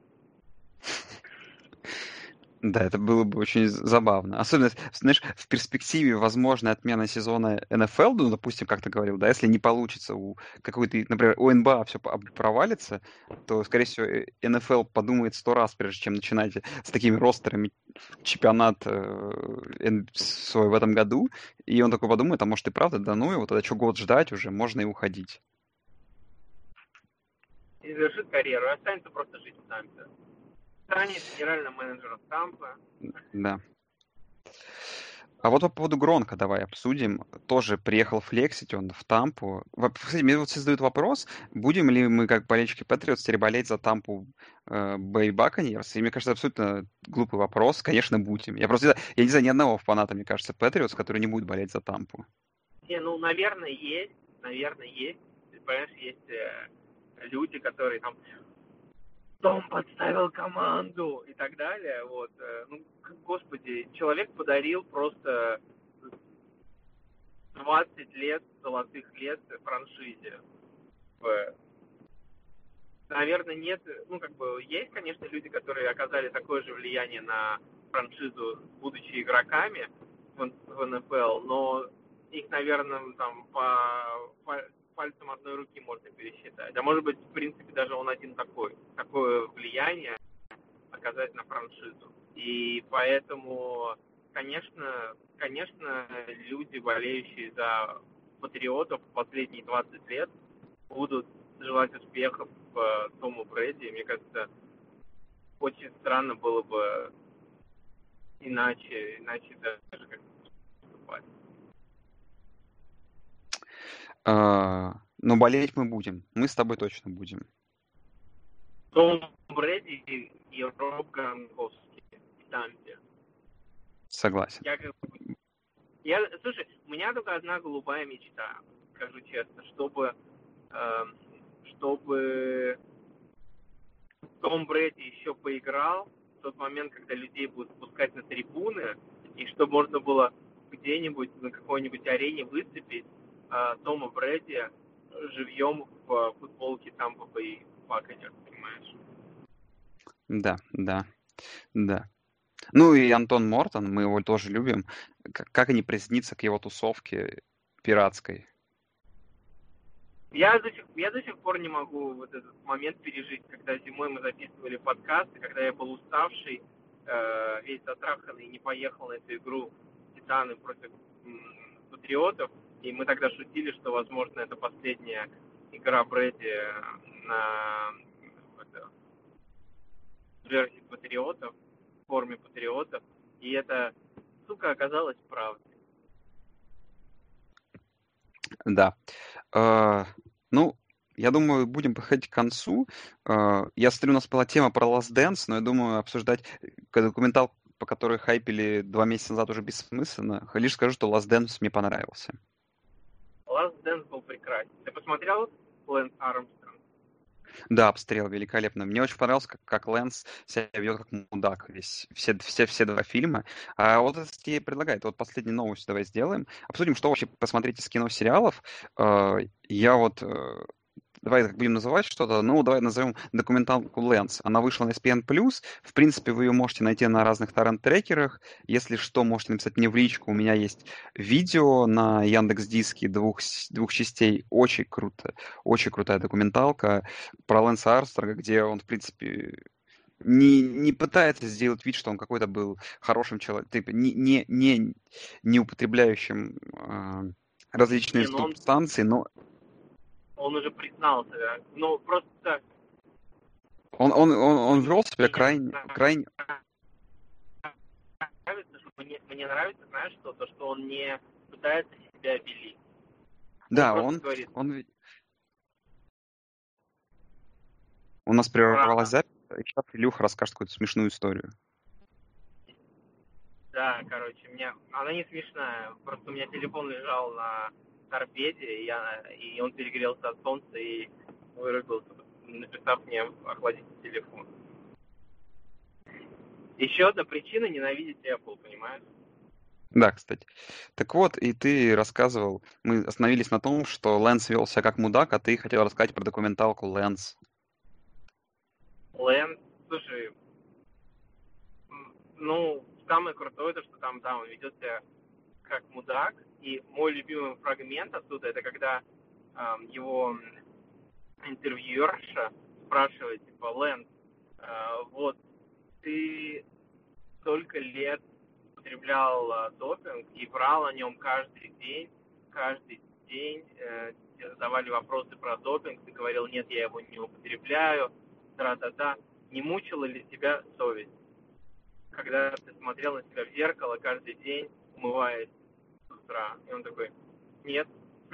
Да, это было бы очень забавно. Особенно, знаешь, в перспективе возможной отмены сезона НФЛ, ну, допустим, как ты говорил, да, если не получится у какой-то, например, у НБА все провалится, то, скорее всего, НФЛ подумает 100 раз, прежде чем начинать с такими ростерами чемпионат свой в этом году, и он такой подумает, а может и правда, да ну его, тогда что год ждать уже, можно и уходить. И завершит карьеру, и останется просто жить в Тампе. Станет генеральным менеджером Тампы. Да. А вот по поводу Гронка давай обсудим. Тоже приехал флексить он в Тампу. Кстати, мне вот создают вопрос, будем ли мы, как болельщики Патриотс, теперь болеть за Тампу Бэй Баконьерс? И мне кажется, абсолютно глупый вопрос. Конечно, будем. Я не знаю ни одного фаната, мне кажется, Патриотс, который не будет болеть за Тампу. Не, ну, наверное, есть. Ты понимаешь, есть люди, которые там: Том подставил команду и так далее. Вот. Ну, господи, человек подарил просто 20 лет, золотых лет франшизе. Наверное, нет, ну, как бы, есть, конечно, люди, которые оказали такое же влияние на франшизу, будучи игроками в НФЛ, но их, наверное, там по пальцам одной руки можно пересчитать. А может быть, в принципе, даже он один такое влияние оказать на франшизу. И поэтому, конечно, люди, болеющие за Патриотов последние 20 лет, будут желать успехов Тому Брэди. Мне кажется, очень странно было бы иначе даже как-то поступать. Но болеть мы будем. Мы с тобой точно будем. Том Брэди и Роб Гронковский в Тампе. Согласен. Слушай, у меня только одна голубая мечта, скажу честно, чтобы Том Брэди еще поиграл в тот момент, когда людей будут спускать на трибуны, и чтобы можно было где-нибудь на какой-нибудь арене выступить Тома Брэди живьем в футболке Тампа Бэй Баконерс, понимаешь? Да, да, да. Ну и Антон Мортон, мы его тоже любим. Как и не присоединиться к его тусовке пиратской? Я до сих пор не могу вот этот момент пережить, когда зимой мы записывали подкаст, и когда я был уставший, весь затраханный, и не поехал на эту игру Титаны против Патриотов, и мы тогда шутили, что, возможно, это последняя игра Брэди на джерси Патриотов, в форме Патриотов, и это, сука, оказалось правдой. Да. Ну, я думаю, будем подходить к концу. Я смотрю, у нас была тема про Last Dance, но я думаю, обсуждать документал, по которой хайпели 2 месяца назад, уже бессмысленно. Лишь скажу, что Last Dance мне понравился. Last Dance был прекрасен. Ты посмотрел Лэнс Армстронг? Да, обстрел великолепно. Мне очень понравилось, как Лэнс себя ведет как мудак все 2 фильма. А вот если предлагает, вот последнюю новость давай сделаем. Обсудим, что вообще посмотреть из кино, сериалов. Я вот давай так будем называть что-то. Ну, давай назовем документалку Лэнс. Она вышла на ESPN+. В принципе, вы ее можете найти на разных торрент-трекерах. Если что, можете написать мне в личку. У меня есть видео на Яндекс.Диске двух частей. Очень круто. Очень крутая документалка про Лэнса Армстронга, где он, в принципе, не пытается сделать вид, что он какой-то был хорошим человеком, типа, не употребляющим различные Не, но субстанции, но он уже признался, да. Ну, просто он мне, вел себя крайне... нравится, что мне нравится, знаешь, что то, что он не пытается себя обелить. Он Да, просто говорит, у нас прервалась правда. запись, и сейчас Илюха расскажет какую-то смешную историю. Да, короче, она не смешная. Просто у меня телефон лежал на торпеде, и он перегрелся от солнца и вырубился, написав мне охладить телефон. Еще одна причина ненавидеть Apple, понимаешь? Да, кстати. Так вот, и ты рассказывал, мы остановились на том, что Лэнс вел себя как мудак, а ты хотел рассказать про документалку Лэнс. Лэнс, слушай, ну, самое крутое, то, что там, да, он ведет себя как мудак. И мой любимый фрагмент оттуда, это когда его интервьюерша спрашивает, типа, Лэнс, вот, ты столько лет употреблял допинг и врал о нем каждый день тебе задавали вопросы про допинг, ты говорил, нет, я его не употребляю, тра-та-та. Не мучила ли тебя совесть, когда ты смотрел на себя в зеркало каждый день, умываясь с утра? И он такой, нет.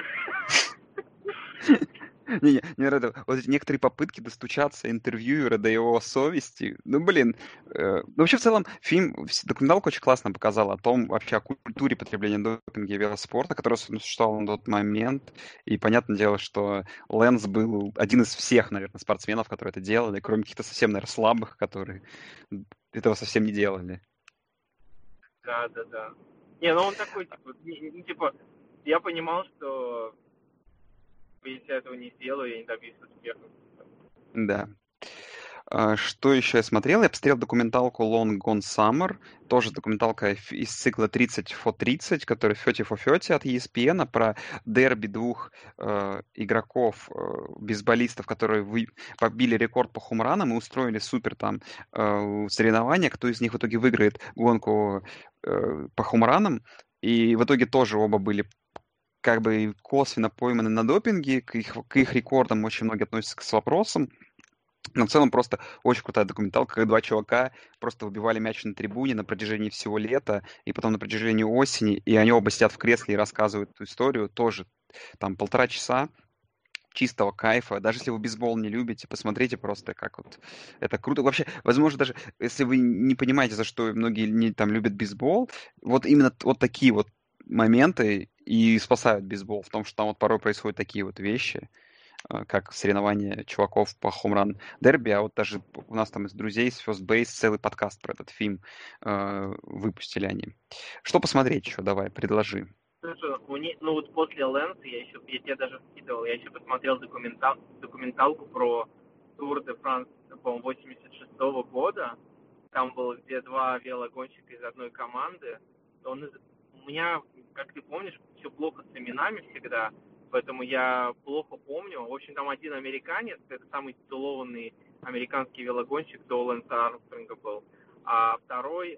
Вот эти некоторые попытки достучаться интервьюера до его совести. Ну, блин. Ну, вообще, в целом, документалка очень классно показала о том, вообще, о культуре потребления допинга и велоспорта, которая существовала на тот момент. И понятное дело, что Лэнс был один из всех, наверное, спортсменов, которые это делали, кроме каких-то совсем, наверное, слабых, которые этого совсем не делали. Да. Не, ну он такой, типа, я понимал, что если я этого не сделаю, я не добьюсь успеха. Да. Что еще я смотрел? Я посмотрел документалку Long Gone Summer, тоже документалка из цикла 30 for 30, который 30 for 30 от ESPN, про дерби двух игроков, бейсболистов, которые побили рекорд по хоумранам и устроили супер там соревнования, кто из них в итоге выиграет гонку по хоумранам. И в итоге тоже оба были как бы косвенно пойманы на допинге, к их рекордам очень многие относятся с вопросом. Но в целом просто очень крутая документалка, как 2 чувака просто выбивали мяч на трибуне на протяжении всего лета, и потом на протяжении осени, и они оба сидят в кресле и рассказывают эту историю, тоже там 1,5 часа чистого кайфа. Даже если вы бейсбол не любите, посмотрите просто, как вот это круто. Вообще, возможно, даже если вы не понимаете, за что многие не там любят бейсбол, вот именно вот такие вот моменты и спасают бейсбол в том, что там вот порой происходят такие вот вещи, как соревнования чуваков по хоумран дерби, а вот даже у нас там из друзей с First Base целый подкаст про этот фильм выпустили они. Что посмотреть еще? Давай, предложи. Слушай, ну вот после Лэнса я тебе даже скидывал, я еще посмотрел документалку про Тур де Франс, по-моему, 86 года. Там было где два велогонщика из одной команды. У меня, как ты помнишь, все плохо с именами всегда, поэтому я плохо помню. В общем, там один американец, это самый титулованный американский велогонщик до Лэнса Армстронга был, а второй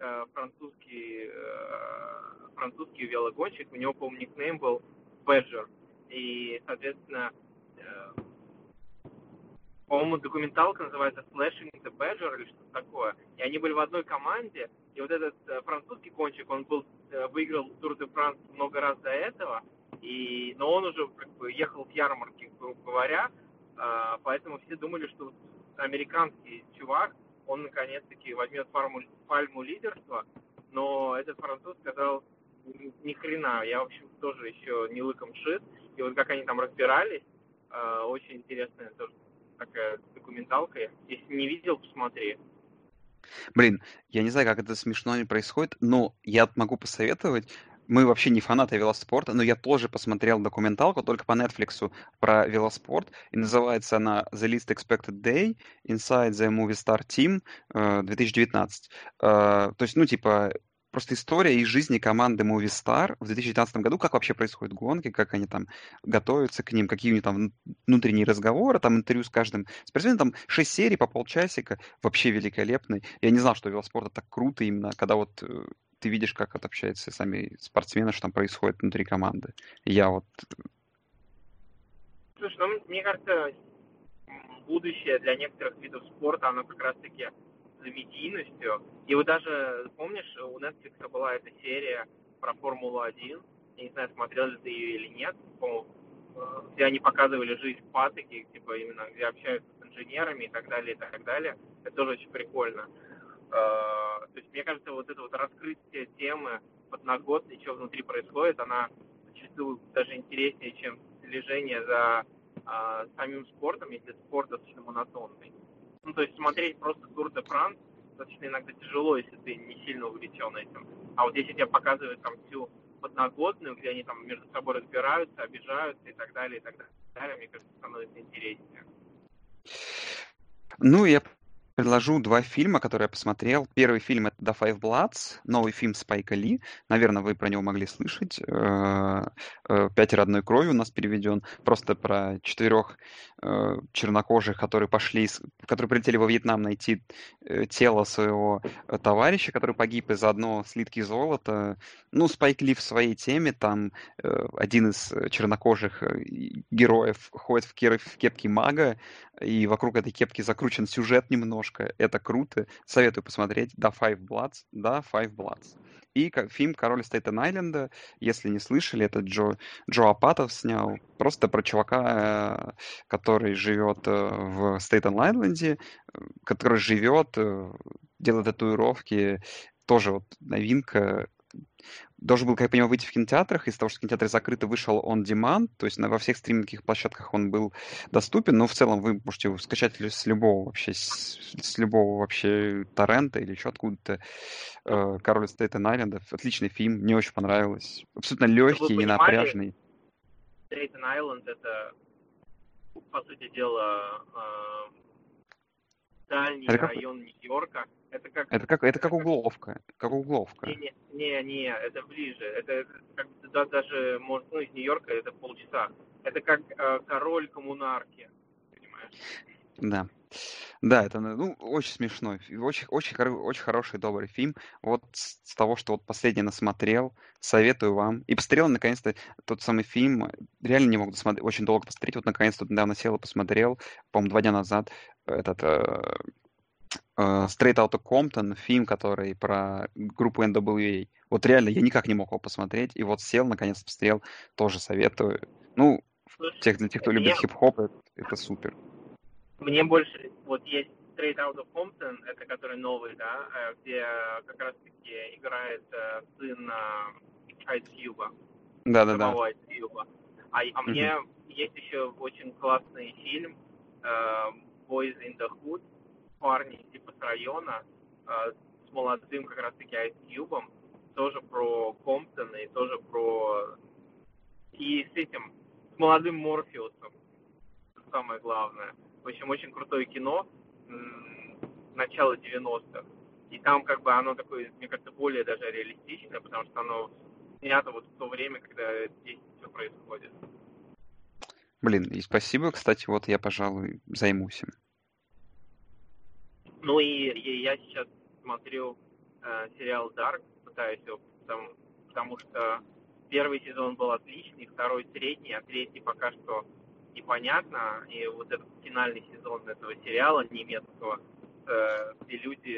французский велогонщик, у него, по-моему, никнейм был Бэджер. И, соответственно, по-моему, документалка называется Slashing the Badger или что-то такое. И они были в одной команде, и вот этот французский гонщик, он выиграл Тур де Франс много раз до этого, но он уже как бы ехал в ярмарке, грубо говоря, поэтому все думали, что американский чувак, он наконец-таки возьмет пальму лидерства, но этот француз сказал: ни хрена, я, в общем, тоже еще не лыком шит. И вот как они там разбирались, очень интересная тоже такая документалка. Если не видел, посмотри. Блин, я не знаю, как это смешно не происходит, но я могу посоветовать. Мы вообще не фанаты велоспорта, но я тоже посмотрел документалку только по Netflix про велоспорт, и называется она The Least Expected Day Inside the Movie Star Team 2019. То есть, ну, типа, просто история из жизни команды Movistar в 2019 году, как вообще происходят гонки, как они там готовятся к ним, какие у них там внутренние разговоры, там интервью с каждым спортсменом, там 6 серий по полчасика, вообще великолепный. Я не знал, что велоспорт это так круто именно, когда вот ты видишь, как вот общаются сами спортсмены, что там происходит внутри команды. Я вот... Слушай, ну, мне кажется, будущее для некоторых видов спорта, оно как раз-таки за медийностью. И вот даже, помнишь, у Netflix была эта серия про Формулу-1, я не знаю, смотрел ли ты ее или нет, по-моему, где они показывали жизнь в Патоке, типа именно где общаются с инженерами и так далее, и так далее. Это тоже очень прикольно. То есть, мне кажется, вот это вот раскрытие темы подноготной, что внутри происходит, она зачастую даже интереснее, чем слежение за самим спортом, если спорт достаточно монотонный. Ну, то есть смотреть просто Тур де Франс достаточно иногда тяжело, если ты не сильно увлечен этим. А вот если тебе показывают там всю подноготную, где они там между собой разбираются, обижаются и так далее, мне кажется, становится интереснее. Ну, я предложу два фильма, которые я посмотрел. Первый фильм — это «The Five Bloods», новый фильм Спайка Ли. Наверное, вы про него могли слышать. «Пятеро одной крови» у нас переведен. Просто про 4 чернокожих, которые которые прилетели во Вьетнам найти тело своего товарища, который погиб, и заодно слитки золота. Ну, Спайк Ли в своей теме. Там один из чернокожих героев ходит в кепке мага, и вокруг этой кепки закручен сюжет немножко. Это круто. Советую посмотреть. The Five Bloods. The Five Bloods. И фильм «Король Стейтен-Айленда». Если не слышали, это Джо Апатов снял. Просто про чувака, который живет в Стейтен-Айленде, который живет, делает татуировки. Тоже вот новинка. Должен был, как я понимаю, выйти в кинотеатрах. Из-за того, что кинотеатры закрыты, вышел on demand. То есть во всех стриминговых площадках он был доступен. Но в целом вы можете его скачать с любого вообще, с любого вообще торрента или еще откуда-то. «Король Стейтен-Айленда». Отличный фильм. Мне очень понравилось. Абсолютно Чтобы легкий, вы не понимали, напряжный. Стейтен-Айленд — это, по сути дела, дальний Это как, район Нью-Йорка. Это как это как угловка. Как угловка. не, это ближе. Это как бы туда даже, может, ну, из Нью-Йорка это полчаса. Это как король коммунарки, понимаешь? Да. Да, это, ну, очень смешной, очень хороший, добрый фильм. Вот с того, что вот последний насмотрел, советую вам. И посмотрел, наконец-то, тот самый фильм, реально не мог досмотреть, очень долго посмотреть, вот наконец-то недавно сел и посмотрел, по-моему, 2 дня назад, этот Straight Outta Compton, фильм, который про группу NWA. Вот реально, я никак не мог его посмотреть, и вот сел, наконец-то посмотрел, тоже советую. Ну, Слушай, для тех, кто любит хип-хоп, это супер. мне больше, вот есть Straight Outta Compton, это который новый, да, где как раз-таки играет сын Ice Cube, Да-да-да. самого Ice Cube. А мне есть еще очень классный фильм Boys in the Hood, парни типа с района, с молодым как раз-таки Ice Cube, тоже про Комптон и тоже про И с молодым Морфеусом, самое главное. В общем, очень крутое кино, начала 90-х. И там как бы оно такое, мне кажется, более даже реалистичное, потому что оно снято вот в то время, когда здесь все происходит. Блин, и спасибо, кстати, вот я, пожалуй, займусь им. Ну и я сейчас смотрю сериал Dark, пытаюсь его, потому что первый сезон был отличный, второй средний, а третий пока что непонятно. И вот этот финальный сезон этого сериала немецкого, где люди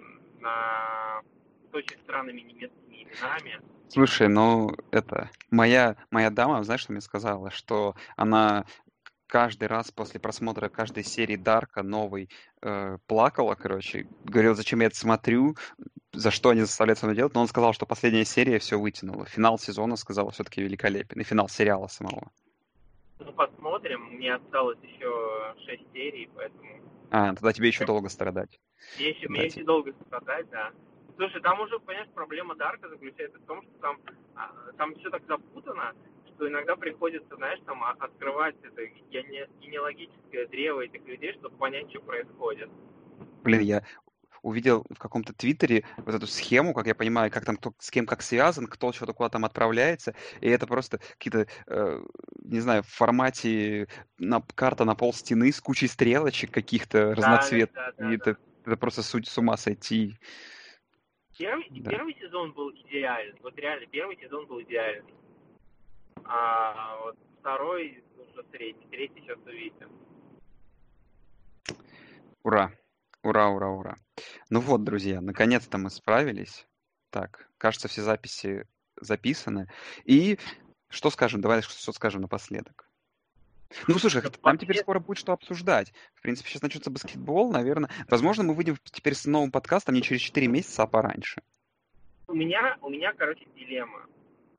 с очень странными немецкими именами. Слушай, ну это моя дама, знаешь, что мне сказала, что она каждый раз после просмотра каждой серии Дарка новой плакала, короче, говорила, зачем я это смотрю, за что они заставляют со мной делать, но он сказал, что последняя серия все вытянула. Финал сезона, сказала, все-таки великолепен. И финал сериала самого. Ну, посмотрим. Мне осталось еще 6 серий, поэтому... Тогда тебе еще долго страдать. Мне еще долго страдать, да. Слушай, там уже, понимаешь, проблема Дарка заключается в том, что там все так запутано, что иногда приходится, знаешь, там открывать это генеалогическое древо этих людей, чтобы понять, что происходит. Блин, я увидел в каком-то твиттере вот эту схему, как я понимаю, как там кто с кем как связан, кто что-то куда там отправляется, и это просто какие-то, не знаю, в формате карта на пол стены с кучей стрелочек каких-то разноцветных, и это просто с ума сойти. Первый сезон был идеальный, вот реально, первый сезон был идеальный. А вот второй уже средний, третий сейчас увидим. Ура! Ура, ура, ура. Ну вот, друзья, наконец-то мы справились. Так, кажется, все записи записаны. И что скажем? Давай что скажем напоследок. Ну, слушай, нам теперь скоро будет что обсуждать. В принципе, сейчас начнется баскетбол, наверное. Возможно, мы выйдем теперь с новым подкастом не через 4 месяца, а пораньше. У меня, короче, дилемма.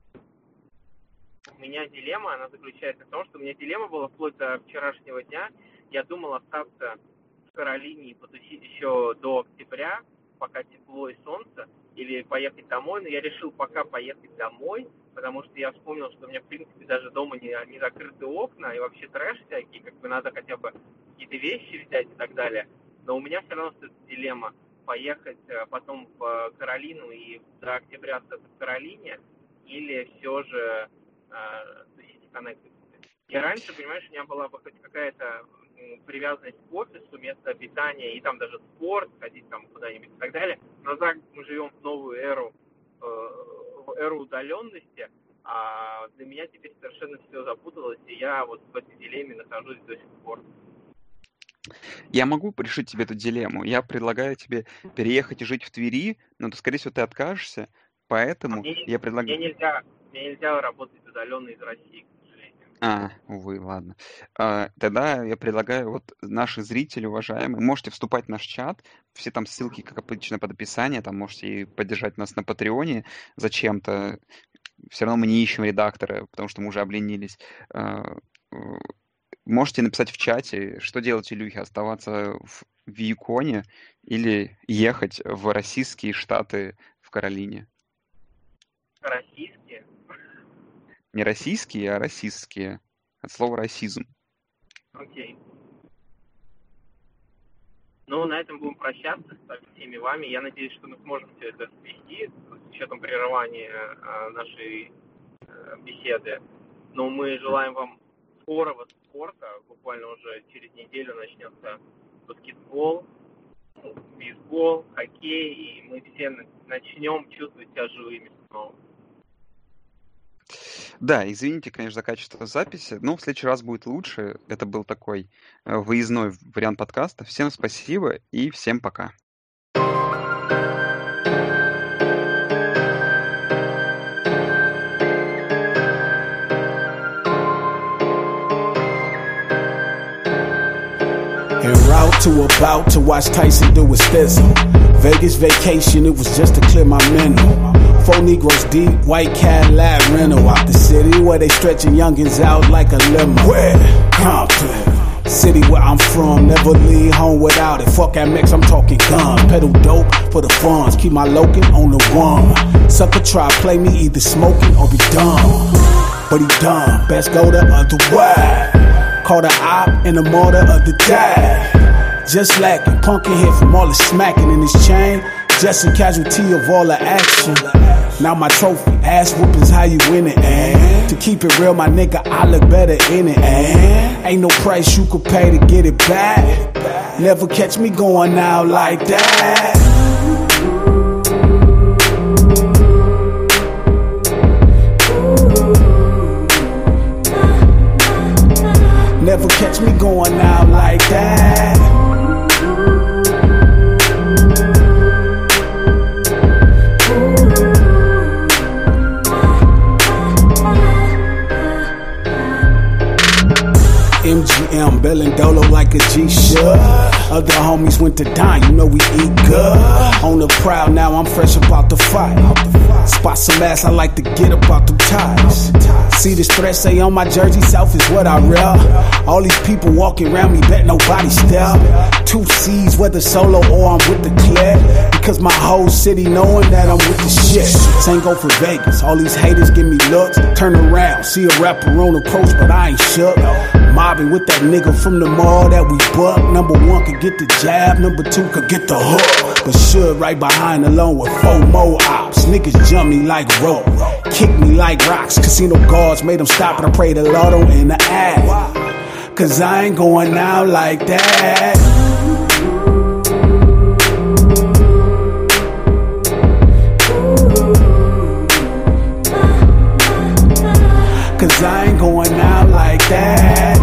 У меня дилемма, она заключается в том, что у меня дилемма была вплоть до вчерашнего дня. Я думал остаться в Каролине и потусить еще до октября, пока тепло и солнце, или поехать домой. Но я решил пока поехать домой, потому что я вспомнил, что у меня, в принципе, даже дома не закрыты окна, и вообще трэш всякий, как бы надо хотя бы какие-то вещи взять и так далее. Но у меня все равно стоит дилемма поехать потом в Каролину и до октября остаться в Каролине, или все же тусить в Коннектикуте. И раньше, понимаешь, у меня была бы хоть какая-то привязанность к офису, место обитания, и там даже спорт, ходить там куда-нибудь и так далее. Но так мы живем в новую эру, в эру удаленности, а для меня теперь совершенно все запуталось, и я вот в этой дилемме нахожусь до сих пор. Я могу решить тебе эту дилемму. Я предлагаю тебе переехать и жить в Твери, но, скорее всего, ты откажешься, поэтому я предлагаю... Мне нельзя работать удаленно из России, к сожалению. Увы, ладно. Тогда я предлагаю, вот наши зрители, уважаемые, можете вступать в наш чат, все там ссылки, как обычно, под описание, там можете и поддержать нас на Патреоне зачем-то. Все равно мы не ищем редактора, потому что мы уже обленились. Можете написать в чате, что делать, Илюхе, оставаться в Юконе или ехать в российские штаты в Каролине. Российские? Не российские, а российские. От слова расизм. Окей. Ну, на этом будем прощаться со всеми вами. Я надеюсь, что мы сможем все это свести с учетом прерывания нашей беседы. Но мы желаем вам скорого спорта. Буквально уже через неделю начнется баскетбол, бейсбол, хоккей, и мы все начнем чувствовать себя живыми снова. Да, извините, конечно, за качество записи, но в следующий раз будет лучше. Это был такой выездной вариант подкаста. Всем спасибо и всем пока. En route to about to watch Tyson do his thizzle. Vegas vacation, it was just to clear my mental. 4 Negroes deep, white Cadillac rental. Out the city where they stretching youngins out like a limo. Where? Compton. City where I'm from, never leave home without it. Fuck that mix, I'm talking guns. Pedal dope for the funds, keep my lokin' on the one. Sucker try play me, either smoking or be dumb. but he done. Best go the other way. Caught a op in the mortar of the day. Just lacking, punkin' hit from all the smacking in his chain. Just a casualty of all the action. Now my trophy, ass whoopings, how you win it, eh? To keep it real, my nigga, I look better in it, eh? Ain't no price you could pay to get it back. Never catch me going out like that. Never catch me going out like that. MGM, bellin' dolo like a G-Shook. Other homies went to dine, you know we eat good. On the prowl, now I'm fresh about the fight. Spot some ass, I like to get up out them ties. See the stress say on my jersey, South is what I rep. All these people walking around me, bet nobody step. 2 C's, whether solo or I'm with the clip. Because my whole city knowing that I'm with the shit. Same go for Vegas, all these haters give me looks. Turn around, see a rapper on the post, but I ain't shook. Mobbing with that nigga from the mall that we buck. Number 1 could get the jab, number 2 could get the hook. But should right behind along with 4 more ops. Niggas jump me like rope, kick me like rocks. Casino guards made them stop and I pray the lotto in the ad. Cause I ain't going out like that. Cause I ain't going out like that.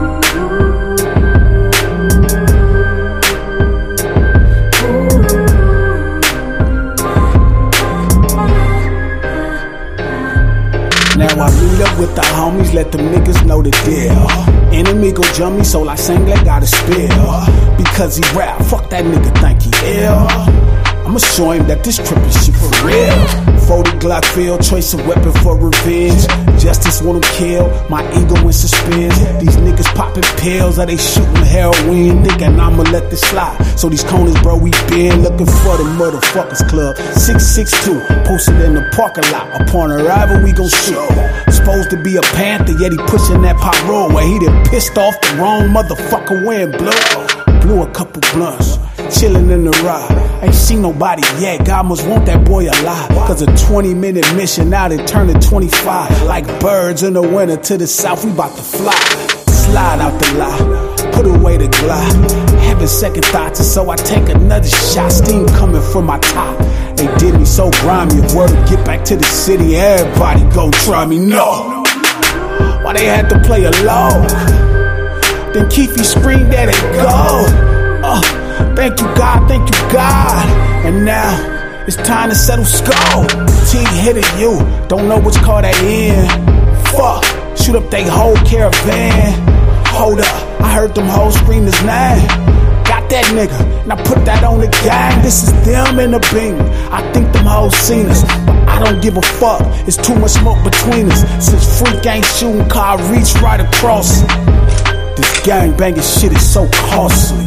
Now I meet up with the homies, let them niggas know the deal. Enemy go jump me, so I sing like got a spill. Because he rap, fuck that nigga think he ill. I'ma show him that this trip is shit for real. 40 Glock field, choice of weapon for revenge. Justice want him killed, my ego in suspense. These niggas popping pills, or they shooting heroin. Thinking I'ma let this slide. So these corners, bro, we been looking for the motherfuckers club. 662, posted in the parking lot. Upon arrival, we gon' shoot. Supposed to be a Panther, yet he pushing that pop roll. Where he done pissed off the wrong motherfucker wearing blue. Blew a couple blunts, chillin' in the ride. Ain't seen nobody yet, God must want that boy alive. Cause a 20-minute mission, now they turn to 25. Like birds in the winter to the south, we bout to fly. Slide out the lot, put away the glide. Having second thoughts, and so I take another shot. Steam coming from my top. They did me so grimy, if word to get back to the city, everybody gon' try me, no. Why they had to play alone? Then Keefy screamed, there they go. Thank you God, thank you God. And now, it's time to settle skull. T hitting you, don't know which car they in. Fuck, shoot up they whole caravan. Hold up, I heard them hoes scream his name. Got that nigga, now put that on the gang. This is them in the beam, I think them hoes seen us. But I don't give a fuck, it's too much smoke between us. Since Freak ain't shooting car, reach right across. This gang banging shit is so costly.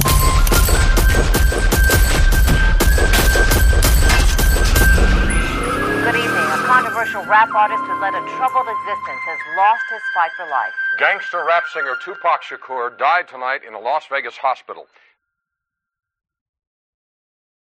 Rap artist who led a troubled existence has lost his fight for life. Gangster rap singer Tupac Shakur died tonight in a Las Vegas hospital.